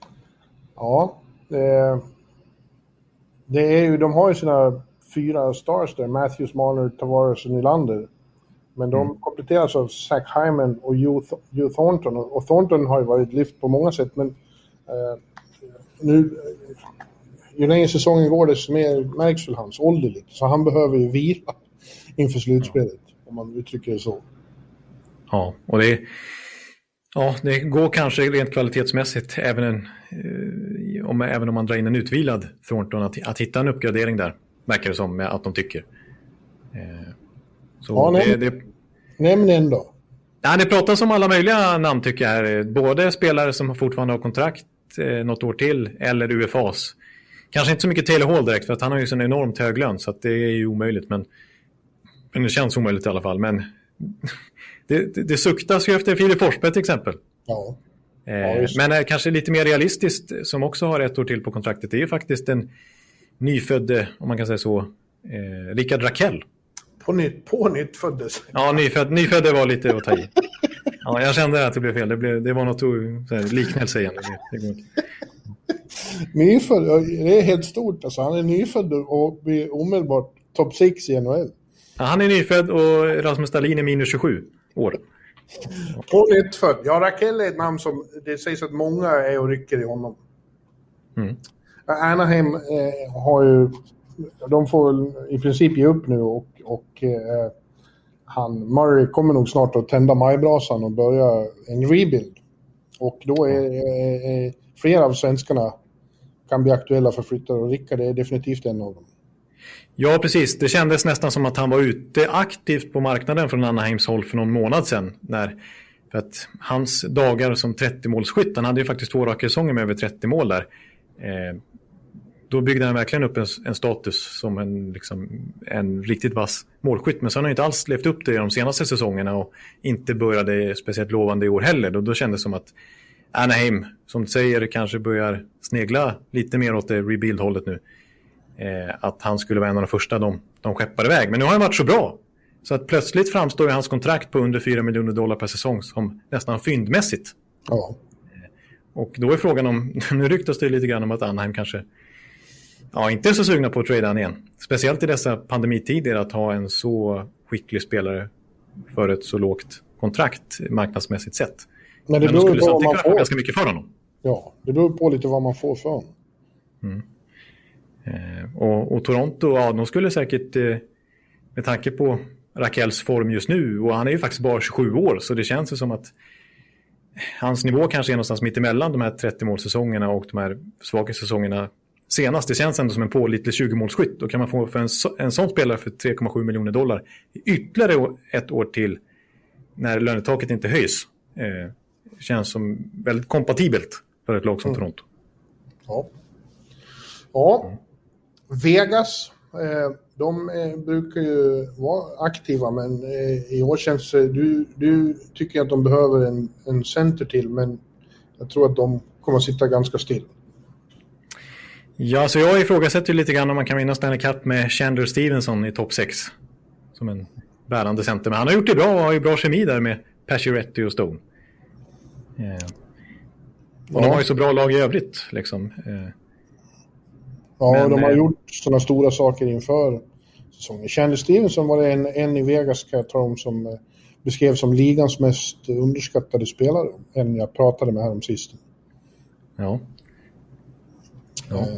Ja, det, det är ju, de har ju sina fyra stars där, Matthews, Marner, Tavares och Nylander. Men de mm. kompletteras av Zach Hyman och Hugh, Hugh Thornton. Och, och Thornton har ju varit lyft på många sätt, men eh, nu, ju längre säsongen går desto mer märks väl hans ålder lite. Så han behöver ju vila inför slutspelet, ja. Om man uttrycker det så. Ja, och det, ja, det går kanske rent kvalitetsmässigt även, en, eh, om, även om man drar in en utvilad Thornton att, att hitta en uppgradering där, verkar det som att de tycker. Eh, så ja, det, nämn, det, nämn en då. Ja, det pratas om alla möjliga namn tycker jag här. Både spelare som fortfarande har kontrakt eh, något år till eller U F As. Kanske inte så mycket Taylor Hall direkt, för att han har ju så en enormt hög lön, så att det är ju omöjligt. Men, men det känns omöjligt i alla fall. Men det, det, det suktas ju efter Filip Forsberg till exempel. Ja. Eh, Ja, men är kanske lite mer realistiskt, som också har ett år till på kontraktet, det är ju faktiskt en nyfödd, om man kan säga så, eh, Rickard Rakell. På nytt, på nytt föddes. Ja, nyfödd, nyfödd var lite att ta i. Ja, jag kände att det blev fel. Det, blev, det var något så här, liknelse igen. Det, det går inte. Nyfödd, det är helt stort. Alltså, han är nyfödd och blir omedelbart topp sex i N H L. Ja, han är nyfödd och Rasmus Dahlin är minus tjugosju år. På nytt född. Ja, Rakell är ett namn som det sägs att många är och rycker i honom. Mm. Anaheim eh, har ju, de får väl i princip ge upp nu och, och eh, han, Murray kommer nog snart att tända majbrasan och börja en rebuild. Och då är, är, är flera av svenskarna kan bli aktuella för flyttar och Rickard är definitivt en av dem. Ja, precis. Det kändes nästan som att han var ute aktivt på marknaden från Anaheims håll för någon månad sedan. När, för att hans dagar som trettio-målsskytt, han hade ju faktiskt två raka säsonger med över trettio mål där. Eh, då byggde han verkligen upp en, en status som en, liksom, en riktigt vass målskytt. Men så har han inte alls levt upp det i de senaste säsongerna och inte började speciellt lovande i år heller. Då, då kändes det som att Anaheim, som du säger, kanske börjar snegla lite mer åt det rebuild-hållet nu. Eh, att han skulle vara en av de första de, de skeppar iväg. Men nu har han varit så bra. Så att plötsligt framstår ju hans kontrakt på under fyra miljoner dollar per säsong som nästan fyndmässigt. Ja. Och då är frågan om, nu ryktas det lite grann om att Anaheim kanske ja, inte är så sugna på att trada han igen. Speciellt i dessa pandemitider att ha en så skicklig spelare för ett så lågt kontrakt marknadsmässigt sett. Men det Men de skulle beror på vad man samtidigt får. ganska mycket för honom. Ja, det beror på lite vad man får för honom. Mm. Eh, och, och Toronto, ja, de skulle säkert eh, med tanke på Rakells form just nu, och han är ju faktiskt bara tjugosju år, så det känns ju som att hans nivå kanske är någonstans mitt emellan de här trettio-målsäsongerna och de här svaga säsongerna senast. Det känns ändå som en pålitlig tjugo-målsskytt. Då kan man få för en, så, en sån spelare för tre komma sju miljoner dollar ytterligare ett år till när lönetaket inte höjs. Eh, känns som väldigt kompatibelt för ett lag som mm. Toronto. Ja. Ja. Mm. Vegas, eh, de eh, brukar ju vara aktiva, men eh, i år känns det, du, du tycker att de behöver en, en center till, men jag tror att de kommer att sitta ganska still. Ja, så jag ifrågasätter lite grann om man kan vinna Stanley Cup med Chandler Stevenson i topp sex som en bärande center. Men han har gjort det bra och har ju bra kemi där med Pacioretty och Stone. Eh. Och ja. De har ju så bra lag i övrigt liksom. Eh. Ja, Men, de har eh, gjort sådana stora saker inför säsongen. Chandler Stevenson var det en, en i Vegas, kan jag ta om, som eh, beskrevs som ligans mest underskattade spelare. En jag pratade med här om sist. Ja. Ja. Eh,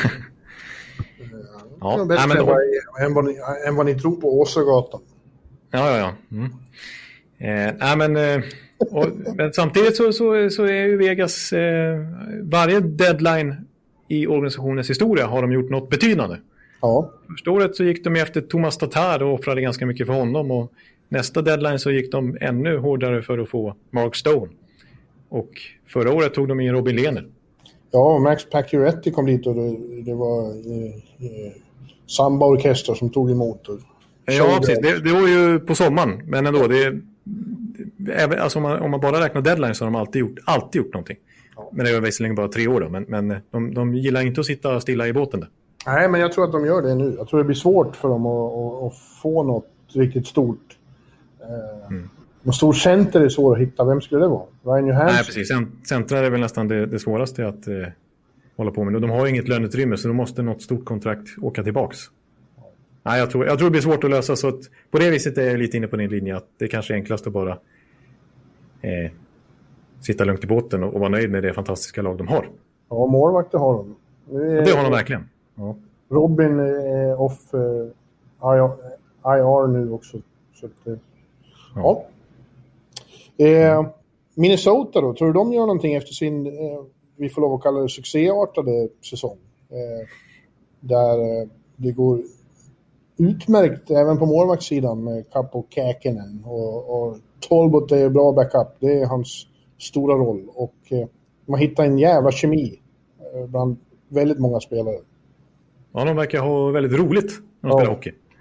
ja. ja, bättre Nej, men, än, vad, än, vad ni, än vad ni tror på Åsagatan. Ja, ja, ja. Mm. Eh, nej, men, eh, och, men samtidigt så, så, så är ju Vegas eh, varje deadline i organisationens historia har de gjort något betydande. Ja. Första året så gick de efter Thomas Tatar och offrade ganska mycket för honom, och nästa deadline så gick de ännu hårdare för att få Mark Stone. Och förra året tog de in Robin Lehner. Ja, Max Pacioretty kom dit och det, det var eh, eh, samba-orkester som tog emot. Och ja, precis. Det, det var ju på sommaren, men ändå. Det, det, alltså om, man, om man bara räknar deadline så har de alltid gjort, alltid gjort någonting. Ja. Men det var visserligen bara tre år då, men, men de, de gillar inte att sitta stilla i båten där. Nej, men jag tror att de gör det nu. Jag tror det blir svårt för dem att, att, att få något riktigt stort. Eh, mm. En stor center är svår att hitta. Vem skulle det vara? Ryan Johansson? Nej, precis. Centrar är väl nästan det, det svåraste att eh, hålla på med. Och de har ju inget löneutrymme, så då måste något stort kontrakt åka tillbaks. Nej, jag tror, jag tror det blir svårt att lösa, så att på det viset är jag lite inne på din linje att det kanske är enklast att bara eh, sitta lugnt i båten och, och vara nöjd med det fantastiska lag de har. Ja, målvakter har de. Det, det har de verkligen. Ja. Robin är off eh, I R nu också. Så att, eh, ja. ja. Eh, Minnesota då, tror du de gör någonting efter sin, eh, vi får lov att kalla det succéartade säsong? Eh, där eh, det går utmärkt även på målvaktssidan med Kaapo Käkinen och, och Talbot är bra backup. Det är hans stora roll, och eh, man hittar en jävla kemi eh, bland väldigt många spelare. Ja, de verkar ha väldigt roligt när de ja. spelar hockey.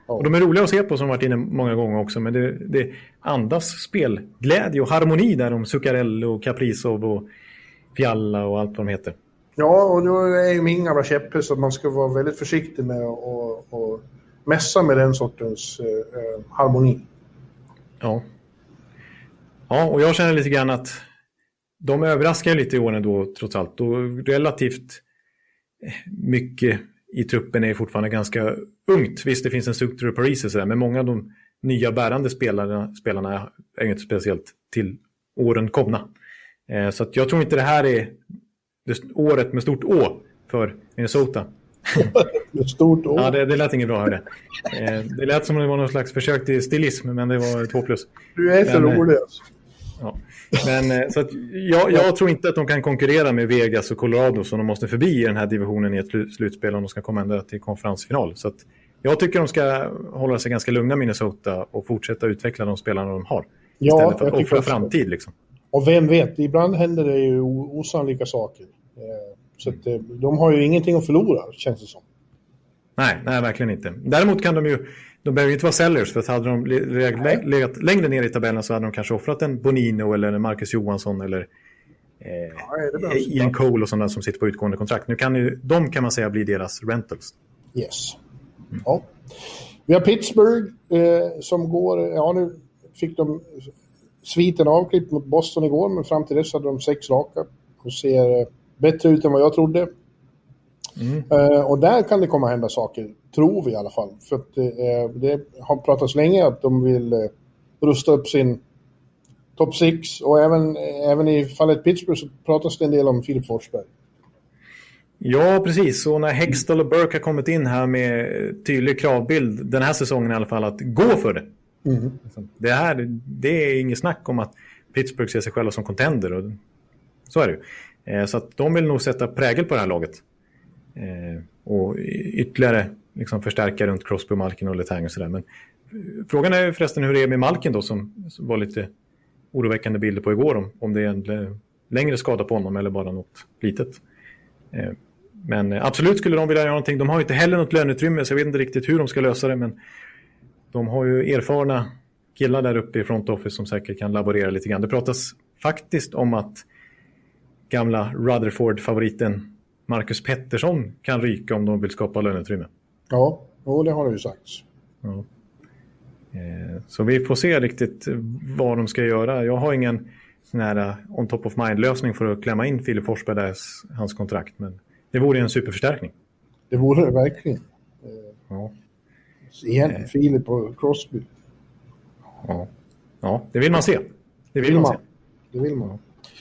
Ja. Och de är roliga att se på som varit inne många gånger också. Men det, det andas spelglädje och harmoni där om Zuccarello och Kaprizov och Fialla och allt vad de heter. Ja, och då är ju min gamla käpphäst att man ska vara väldigt försiktig med att och, och mässa med den sortens eh, harmoni. Ja. Ja, och jag känner lite grann att de överraskar lite i åren då trots allt. Då relativt mycket i truppen är fortfarande ganska ungt. Visst, det finns en struktur i Paris och sådär, men många av de nya bärande spelarna, spelarna är inte speciellt till åren komna. Eh, så att jag tror inte det här är det året med stort Å för Minnesota. Med stort Å? Ja, det, det lät inget bra, hörde. Eh, det lät som om det var någon slags försök till stilism, men det var två plus. Du är för men, rolig. Ja. Men så att jag, jag tror inte att de kan konkurrera med Vegas och Colorado som de måste förbi i den här divisionen i ett slutspel om de ska komma ända till konferensfinal. Så att jag tycker de ska hålla sig ganska lugna Minnesota och fortsätta utveckla de spelarna de har. Ja, istället för att offra framtid liksom. Och vem vet, ibland händer det ju osannolika saker. Så att de har ju ingenting att förlora, känns det som. Nej, nej, verkligen inte. Däremot kan de ju, de behöver ju inte vara sellers, för att hade de legat, legat längre ner i tabellen så hade de kanske offrat en Bonino eller en Marcus Johansson eller eh, ja, Ian Cole och sådana som sitter på utgående kontrakt. Nu kan ju, de kan man säga bli deras rentals. Yes. Mm. Ja. Vi har Pittsburgh eh, som går, ja nu fick de sviten avklippt mot Boston igår, men fram till dess hade de sex raka och ser eh, bättre ut än vad jag trodde. Mm. Uh, och där kan det komma hända saker, tror vi i alla fall. För att uh, det har pratats länge att de vill uh, rusta upp sin topp sex. Och även, även i fallet Pittsburgh så pratas det en del om Filip Forsberg. Ja, precis. Och när Hextall och Burke har kommit in här med tydlig kravbild den här säsongen i alla fall, att gå för det. Mm. Det, här, det är inget snack om att Pittsburgh ser sig själva som contender. Och så är det ju. Uh, så att de vill nog sätta prägel på det här laget. Eh, och ytterligare liksom förstärka runt Crosby, Malkin och Letang och sådär. Men frågan är förresten hur det är med Malkin då, som, som var lite oroväckande bilder på igår, om, om det är en längre skada på honom eller bara något litet. Eh, men absolut skulle de vilja göra någonting. De har ju inte heller något löneutrymme, så jag vet inte riktigt hur de ska lösa det, men de har ju erfarna killar där uppe i front office som säkert kan laborera lite grann. Det pratas faktiskt om att gamla Rutherford-favoriten Marcus Pettersson kan ryka om de vill skapa löneutrymme. Ja, och det har det ju sagts. Ja. Så vi får se riktigt vad de ska göra. Jag har ingen sån här on top of mind-lösning för att klämma in Filip Forsberg där hans kontrakt, men det vore en superförstärkning. Det vore det verkligen. Ja. Igen, eh. Filip och Crosby. Ja. Ja, det vill man se. Det vill, vill man, man se. Det vill man.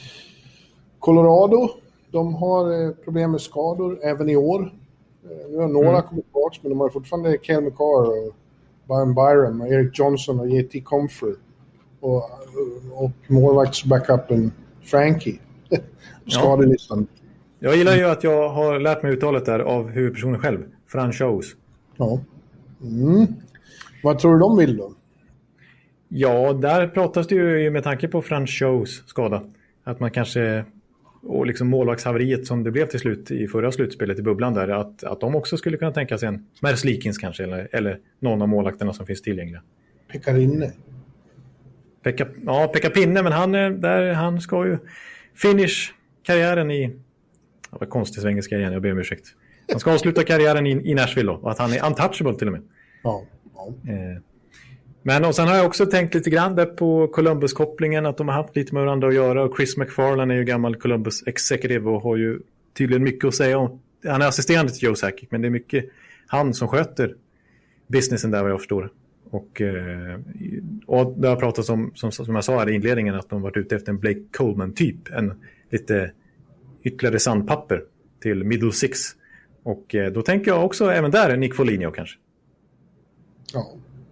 Colorado, de har problem med skador även i år. Nu har några mm. kommit tillbaka, men de har fortfarande Cale Makar och Brian Byram och Eric Johnson och J T Comfrey och, och målvaktsbackupen Frankie. Skadelistan. Ja. Jag gillar ju att jag har lärt mig uttalet där av huvudpersonen själv, Franchos. Ja. Mm. Vad tror du de vill då? Ja, där pratas det ju med tanke på Franchos skada. Att man kanske, och liksom målvaktshaveriet som det blev till slut i förra slutspelet i bubblan där, att, att de också skulle kunna tänka sig en Merslikins kanske, eller, eller någon av målvakterna som finns tillgängliga. Pekarinne. Pekka, ja, Pekka Pinne, men han, där, han ska ju finish karriären i, det var konstigt svengelska igen, jag ber om ursäkt. Han ska avsluta karriären i, i Nashville då, och att han är untouchable till och med. Ja. ja. Eh, Men och sen har jag också tänkt lite grann där på Columbus-kopplingen, att de har haft lite med varandra att göra, och Chris McFarland är ju gammal Columbus executive och har ju tydligen mycket att säga om. Han är assisterande till Joe Sakic, men det är mycket han som sköter businessen där vad jag förstår. Och, och det har pratats om, som, som jag sa här i inledningen, att de varit ute efter en Blake Coleman-typ, en lite ytterligare sandpapper till middle six. Och då tänker jag också även där Nick Foligno kanske. Ja.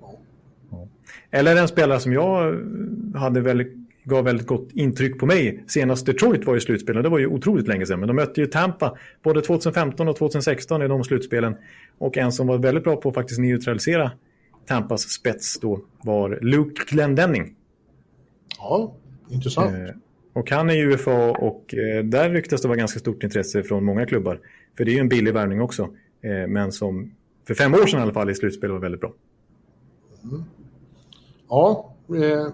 Eller en spelare som jag hade väldigt, gav väldigt gott intryck på mig. Senast Detroit var i slutspelen, det var ju otroligt länge sedan. Men de mötte ju Tampa både tjugohundrafemton och tjugohundrasexton i de slutspelen. Och en som var väldigt bra på att faktiskt neutralisera Tampas spets då var Luke Glendening. Ja, intressant. Eh, och han är ju U F A, och eh, där ryktas det vara ganska stort intresse från många klubbar. För det är ju en billig värvning också. Eh, men som för fem år sedan i alla fall i slutspel var väldigt bra. Mm. Ja, eh,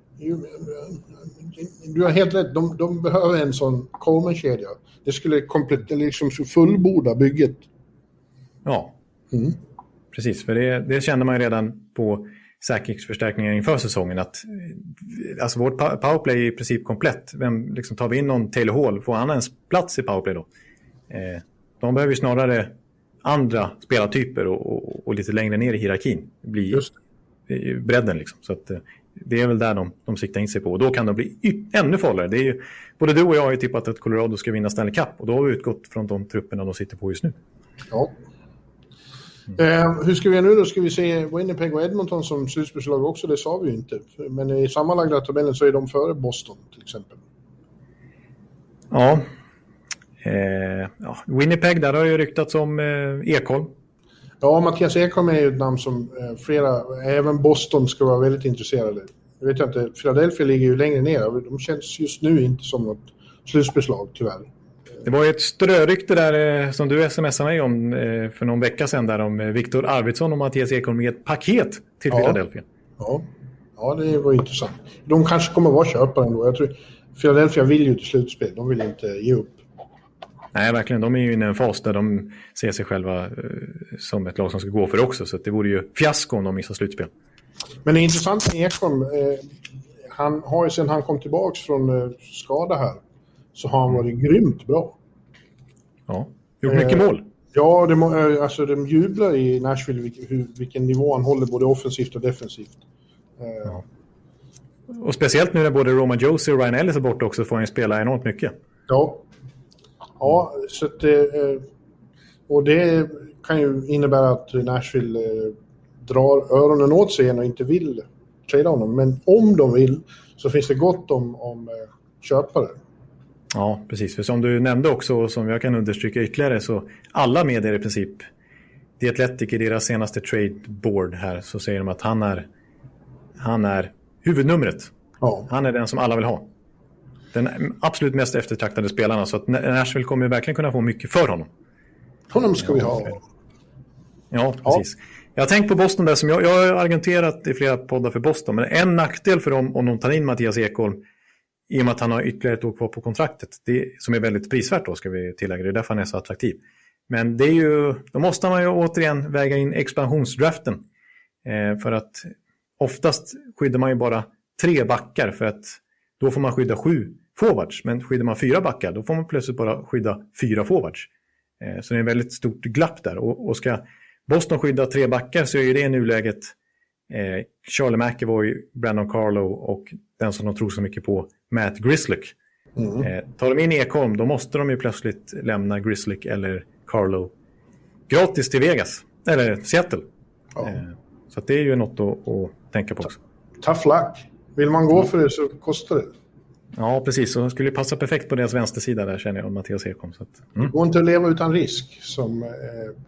du har helt rätt. De, de behöver en sån Coleman-kedja. Det skulle komplett, liksom fullborda bygget. Ja, mm. precis. För det, det kände man ju redan på Sakic-förstärkningen inför säsongen. Att, alltså vårt powerplay är i princip komplett. Vem, liksom, tar vi in någon Taylor Hall, får han ens plats i powerplay då? Eh, de behöver ju snarare andra spelartyper och, och, och lite längre ner i hierarkin. Bli Just bredden liksom. Så att, det är väl där de, de siktar in sig på. Och då kan de bli y- ännu farligare. Det är ju, både du och jag har ju tippat att Colorado ska vinna Stanley Cup. Och då har vi utgått från de trupperna de sitter på just nu. Ja. Mm. Eh, hur ska vi göra nu då? Ska vi se Winnipeg och Edmonton som slutspelslag också? Det sa vi ju inte. Men i sammanlagda tabellen så är de före Boston till exempel. Ja. Eh, ja. Winnipeg, där har ju ryktats om eh, Ekholm. Ja, Mattias Ekholm är ju ett namn som eh, flera, även Boston ska vara väldigt intresserade. Jag vet inte, Philadelphia ligger ju längre ner. De känns just nu inte som något slutspelslag tyvärr. Det var ju ett strörykte där eh, som du smsade mig om eh, för någon vecka sedan där om eh, Viktor Arvidsson och Mattias Ekholm med ett paket till ja. Philadelphia. Ja. ja, det var intressant. De kanske kommer vara köpare ändå. Jag tror Philadelphia vill ju till slutspel. De vill inte ge upp. Nej, verkligen. De är ju inne i en fas där de ser sig själva eh, som ett lag som ska gå för också. Så det vore ju fiasko om de missar slutspel. Men det är intressant med Ekholm. Eh, han har ju sedan han kom tillbaka från eh, skada här så har han varit grymt bra. Ja, gjort mycket eh, mål. Ja, det må, alltså de jublar i Nashville vilken, hur, vilken nivå han håller både offensivt och defensivt. Eh. Ja. Och speciellt nu när både Roma Josie och Ryan Ellis är borta också får han spela enormt mycket. Ja. Ja, så att, eh, och det kan ju innebära att Nashville eh, drar öronen åt sig och inte vill trada honom. Men om de vill så finns det gott om, om eh, köpare. Ja, precis. För som du nämnde också och som jag kan understryka ytterligare så alla medier i princip, The Athletic i deras senaste trade board här så säger de att han är, han är huvudnumret. Ja. Han är den som alla vill ha. Den absolut mest eftertraktade spelarna så att Nashville kommer verkligen kunna få mycket för honom. Honom ska vi ha. Ja, precis. Ja. Jag har tänkt på Boston där som jag, jag har argumenterat i flera poddar för Boston men en nackdel för dem om de tar in Mattias Ekholm i och med att han har ytterligare ett år kvar på kontraktet det, som är väldigt prisvärt då ska vi tillägga, det är därför han är så attraktiv. Men det är ju, då måste man ju återigen väga in expansionsdraften eh, för att oftast skyddar man ju bara tre backar för att då får man skydda sju forwards, men skyddar man fyra backar då får man plötsligt bara skydda fyra forwards. Eh, så det är en väldigt stort glapp där och, och ska Boston skydda tre backar så är ju det i nuläget eh, Charlie McAvoy, Brandon Carlo och den som de tror så mycket på, Matt Grzelcyk. Mm. Eh, tar de in Ekholm, då måste de ju plötsligt lämna Grzelcyk eller Carlo gratis till Vegas, eller Seattle. Ja. Eh, så att det är ju något att, att tänka på också. Tough luck. Vill man gå mm. för det så kostar det. Ja, precis. Så det skulle passa perfekt på deras vänstersida där känner jag om Mattias Ekholm. Så att, mm. Det går inte att leva utan risk som eh,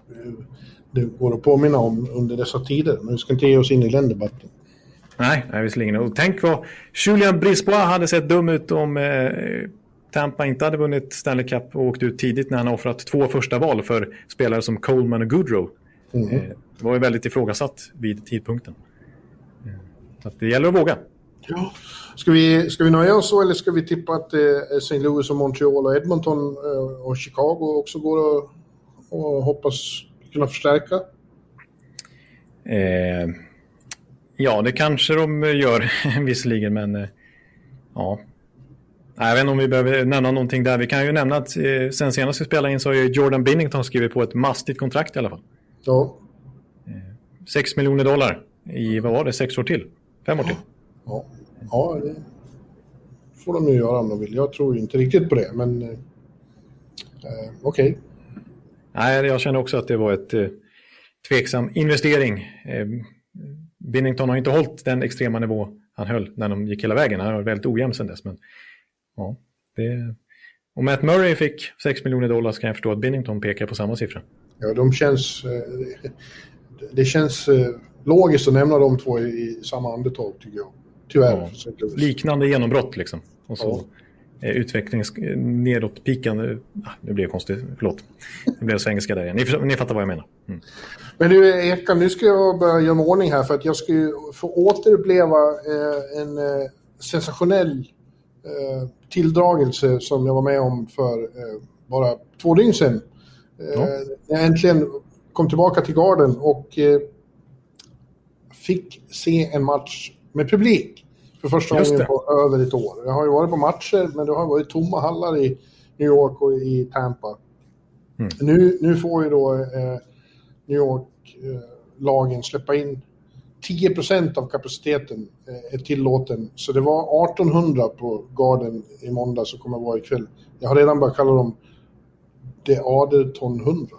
det går att påminna om under dessa tider. Men vi ska inte ge oss in i den debatten. Nej, nej visserligen. Och tänk vad Julien Brisebois hade sett dum ut om eh, Tampa inte hade vunnit Stanley Cup och åkt ut tidigt när han offrat två första val för spelare som Coleman och Goodrow. Mm. Eh, det var ju väldigt ifrågasatt vid tidpunkten. Eh, så att det gäller att våga. Ja. Ska vi, ska vi nöja oss så eller ska vi tippa att eh, Saint Louis och Montreal och Edmonton eh, och Chicago också går att och hoppas kunna förstärka? Eh, ja, det kanske de gör visserligen, men eh, ja. Jag vet inte om vi behöver nämna någonting där. Vi kan ju nämna att eh, sen senast vi spelade in så har ju Jordan Binnington skrivit på ett mastigt kontrakt i alla fall. Ja. Eh, sex miljoner dollar i, vad var det, sex år till? Fem år till? Ja, ja det får de ju göra om de vill. Jag tror inte riktigt på det, men eh, okej. Okay. Nej, jag känner också att det var ett eh, tveksam investering. Eh, Binnington har inte hållit den extrema nivå han höll när de gick hela vägen. Han var väldigt ojämn sedan dess. Men, ja, det... Om Matt Murray fick sex miljoner dollar så kan jag förstå att Binnington pekar på samma siffra. Ja, de känns... Eh, det känns eh, logiskt att nämna de två i, i samma andetag tycker jag. Tyvärr. Ja, liknande genombrott liksom. Och så ja. utvecklings nedåt pikande. Ah, nu blir det konstigt, förlåt. Det blev så engelska där igen. Ni, ni fattar vad jag menar. Mm. Men du Ekan, nu ska jag börja göra ordning här för att jag ska ju få återuppleva eh, en eh, sensationell eh, tilldragelse som jag var med om för eh, bara två dygn sedan. Eh, ja. Jag äntligen kom tillbaka till Garden och eh, fick se en match med publik för första gången på över ett år. Jag har ju varit på matcher, men det har varit tomma hallar i New York och i Tampa. Mm. Nu, nu får ju då eh, New York-lagen eh, släppa in tio procent av kapaciteten eh, är tillåten. Så det var artonhundra på Garden i måndag som kommer att vara ikväll. Jag har redan börjat kalla dem det Aderton hundra.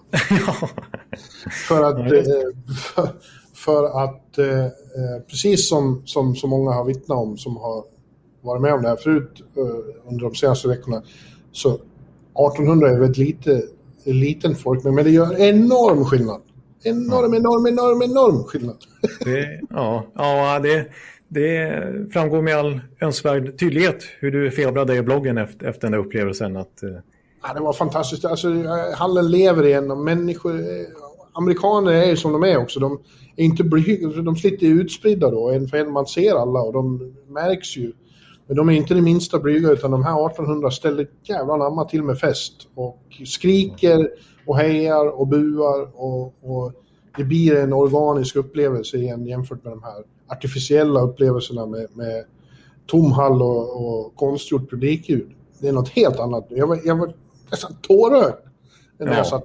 för att, eh, för, för att eh, precis som, som så många har vittnat om som har varit med om det här förut eh, under de senaste veckorna, så artonhundra är väldigt lite, liten folk, men det gör enorm skillnad. Enorm, enorm, enorm, enorm skillnad. det, ja, ja det, det framgår med all önskvärd tydlighet hur du febrade i bloggen efter, efter den där upplevelsen. Att, eh... ja, det var fantastiskt. Alltså, hallen lever igen och människor, amerikaner är ju som de är också. De är inte blyga, de sitter utspridda då. En för en man ser alla och de märks ju. Men de är inte det minsta blyga, utan de här artonhundra ställer jävla namma till med fest och skriker och hejar och buar och, och det blir en organisk upplevelse igen jämfört med de här artificiella upplevelserna med, med tom hall och, och konstgjort publikljud. Det är något helt annat. Jag var, jag var nästan tårögd när ja. jag satt.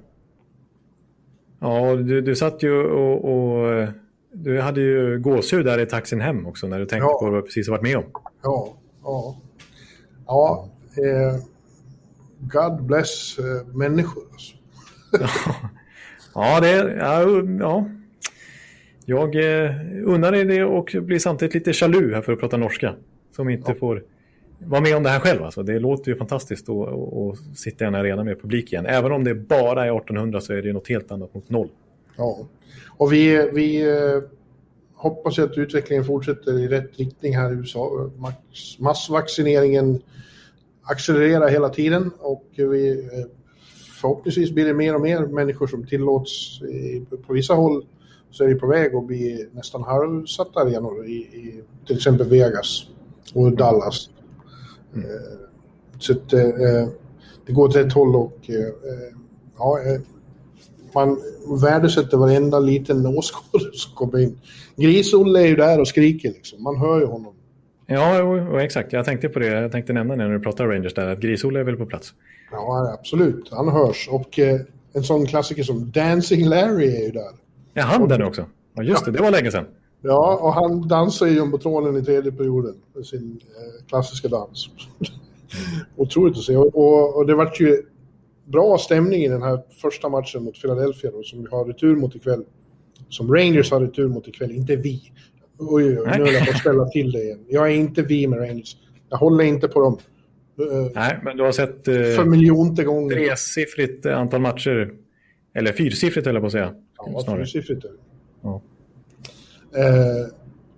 Ja, du, du satt ju och, och du hade ju gåshud där i taxin hem också när du tänkte ja. på vad du precis har varit med om. Ja, ja. Ja, eh, God bless eh, människor. Alltså. ja, det ja, ja. Jag eh, undrar dig det och blir samtidigt lite jaloux här för att prata norska. Som inte ja. får vara med om det här själv. Alltså. Det låter ju fantastiskt att, att, att sitta i en arena med publik igen. Även om det bara är artonhundra så är det något helt annat mot noll. Ja, och vi, vi eh, hoppas att utvecklingen fortsätter i rätt riktning här i U S A. Massvaccineringen accelererar hela tiden och vi, eh, förhoppningsvis blir det mer och mer människor som tillåts i, på vissa håll. Så är det på väg att bli nästan halvsatta arenor i, i till exempel Vegas och Dallas. Mm. Eh, så att, eh, det går åt rätt håll och eh, ja, eh, man värdesätter varenda liten åskådare som kommer in. Gris-Olle är ju där och skriker liksom. Man hör ju honom. Ja, och exakt. Jag tänkte på det. Jag tänkte nämna det när du pratar Rangers där, att Gris-Olle är väl på plats. Ja, absolut. Han hörs. Och eh, en sån klassiker som Dancing Larry är ju där. Ja, han där också. Ja, just det. Det var länge sedan. Ja, och han dansar ju jumbotronen i tredje perioden med sin eh, klassiska dans. Otroligt att se. Och, och, och det var ju bra stämning i den här första matchen mot Philadelphia då, som vi har retur mot ikväll. Som Rangers har retur mot ikväll, inte vi. Oj, oj, oj, nu vill jag bara ställa till det igen. Jag är inte vi med Rangers. Jag håller inte på dem. Nej, men du har sett... Eh, för miljonte gånger. Tresiffrigt antal matcher. Eller fyrsiffrigt, eller på att säga. Ja, fyrsiffrigt är det. Ja. Eh,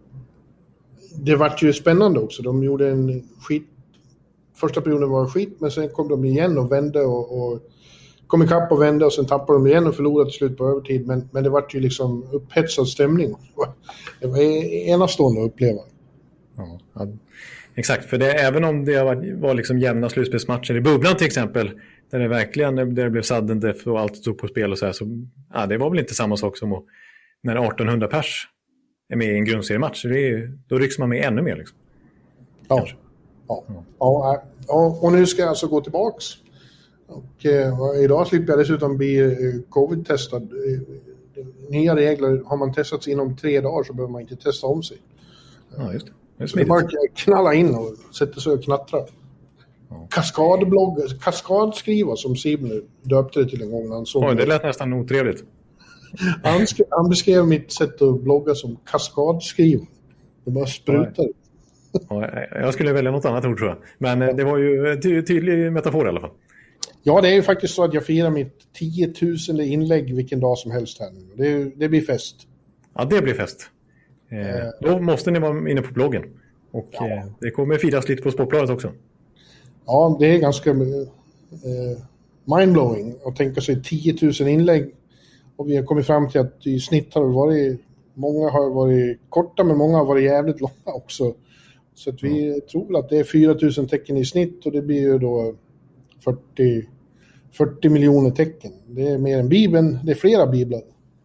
det var ju spännande också. De gjorde en skit... Första perioden var skit, men sen kom de igen och vände och... och kom ikapp och vände och sen tappade de igen och förlorade till slut på övertid. Men, men det var ju liksom upphetsad stämning. Det var enastående att uppleva. Ja, ja, exakt, för det, även om det var, var liksom jämna slutspelsmatcher i bubblan till exempel, där det verkligen där det blev sudden death och allt stod på spel och så här, så ja, det var väl inte samma sak som att, när artonhundra pers är med i en grundseriematch. Det är, då rycks man med ännu mer. Liksom. Ja. Ja. Ja. Ja, ja, och nu ska jag alltså gå tillbaks. Och eh, idag slipper jag dessutom bli eh, covid-testad. Eh, nya regler, har man testats inom tre dagar så behöver man inte testa om sig. Ja, just det. Det är så det bara knalla in och sätta sig och knattra. Ja. Kaskadblogg, kaskadskriva som Simon döpte det till en gång. Han såg Oj, det lät nästan otrevligt. Han, skrev, han beskrev mitt sätt att blogga som kaskadskriva. Det bara sprutar. Ja, jag skulle välja något annat ord tror jag. Men ja. Det var ju ty- tydlig metafor i alla fall. Ja, det är ju faktiskt så att jag firar mitt tiotusende inlägg vilken dag som helst här nu. Det, det blir fest. Ja, det blir fest. Eh, då måste ni vara inne på bloggen. Och ja. eh, det kommer firas lite på Sportbladet också. Ja, det är ganska eh, mindblowing att tänka sig tio tusen inlägg. Och vi har kommit fram till att i snitt har det varit, många har varit korta men många har varit jävligt långa också. Så att vi mm. tror att det är fyra tusen tecken i snitt och det blir ju då fyrtio, fyrtio miljoner tecken. Det är mer än Bibeln, det är flera biblar.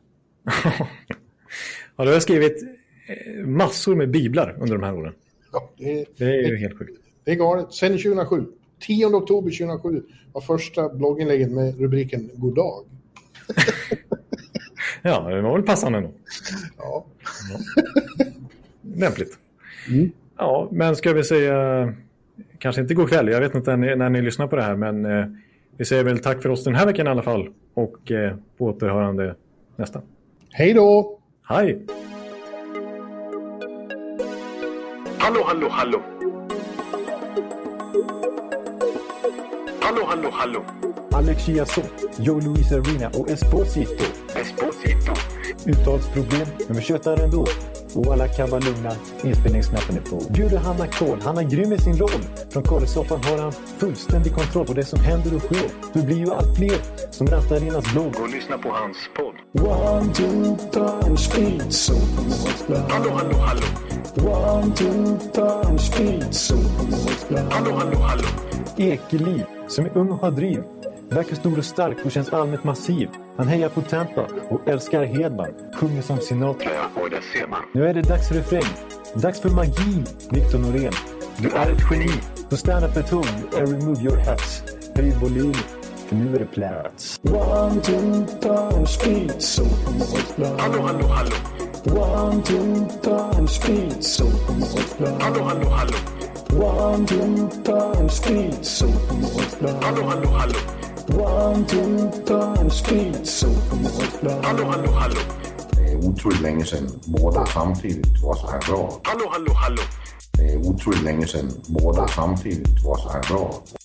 Ja, du har skrivit massor med biblar under de här åren. Ja, det, är, det är ju det, helt sjukt. Det är galet. Sen tjugohundrasju, tionde oktober tjugohundrasju var första blogginlägget med rubriken God dag. Ja, det var väl passande ändå. Ja. Ja. Lämpligt. Mm. Ja, men ska vi säga kanske inte god kväll. Jag vet inte när, när ni lyssnar på det här, men eh, vi säger väl tack för oss den här veckan i alla fall. Och eh, på återhörande nästa. Hej då! Hej! Hallå, hallå, hallå! Hallå, hallå, hallå! Alex Chiazot, Joe Luis Arena och Esposito. Esposito. Uttalsproblem, men vi tjötar ändå. Och alla kan vara lugna, inspelningsknappen är på. Bjuder Hanna Kohl, han är grym i sin roll. Från Kållesoffan har han fullständig kontroll på det som händer och sker. Det blir ju allt fler som rattar in hans blogg. Och lyssna på hans podd. One, two, three, speed, so Hallå, hallå, hallå! One, two, three, speed, so Hallå, hallå, hallå! Ekeliv, som är ung och har driv. Verkar stor och stark och känns allmänt massiv. Han hejar på Tampa och älskar Hedman. Sjunger som Sinatra. Ja, och det ser man. Nu är det dags för refräng. Dags för magi, Victor Norén. Du är ett geni. Så stand up at home and remove your hats. Höj volym, för nu är det plats. One, two, three, speed, so Hallå, hallå, hallå! One, two, three, speed, so Hallå, hallå, hallå! One, two, three, speed, so Hallå, hallå, hallå! One, two, three, speed, so Hallå, hallå, hallå! Det är otroligt länge sedan båda samtidigt var så här bra. Hallå, hallå, hallå! Det är otroligt länge sedan båda samtidigt var så här bra.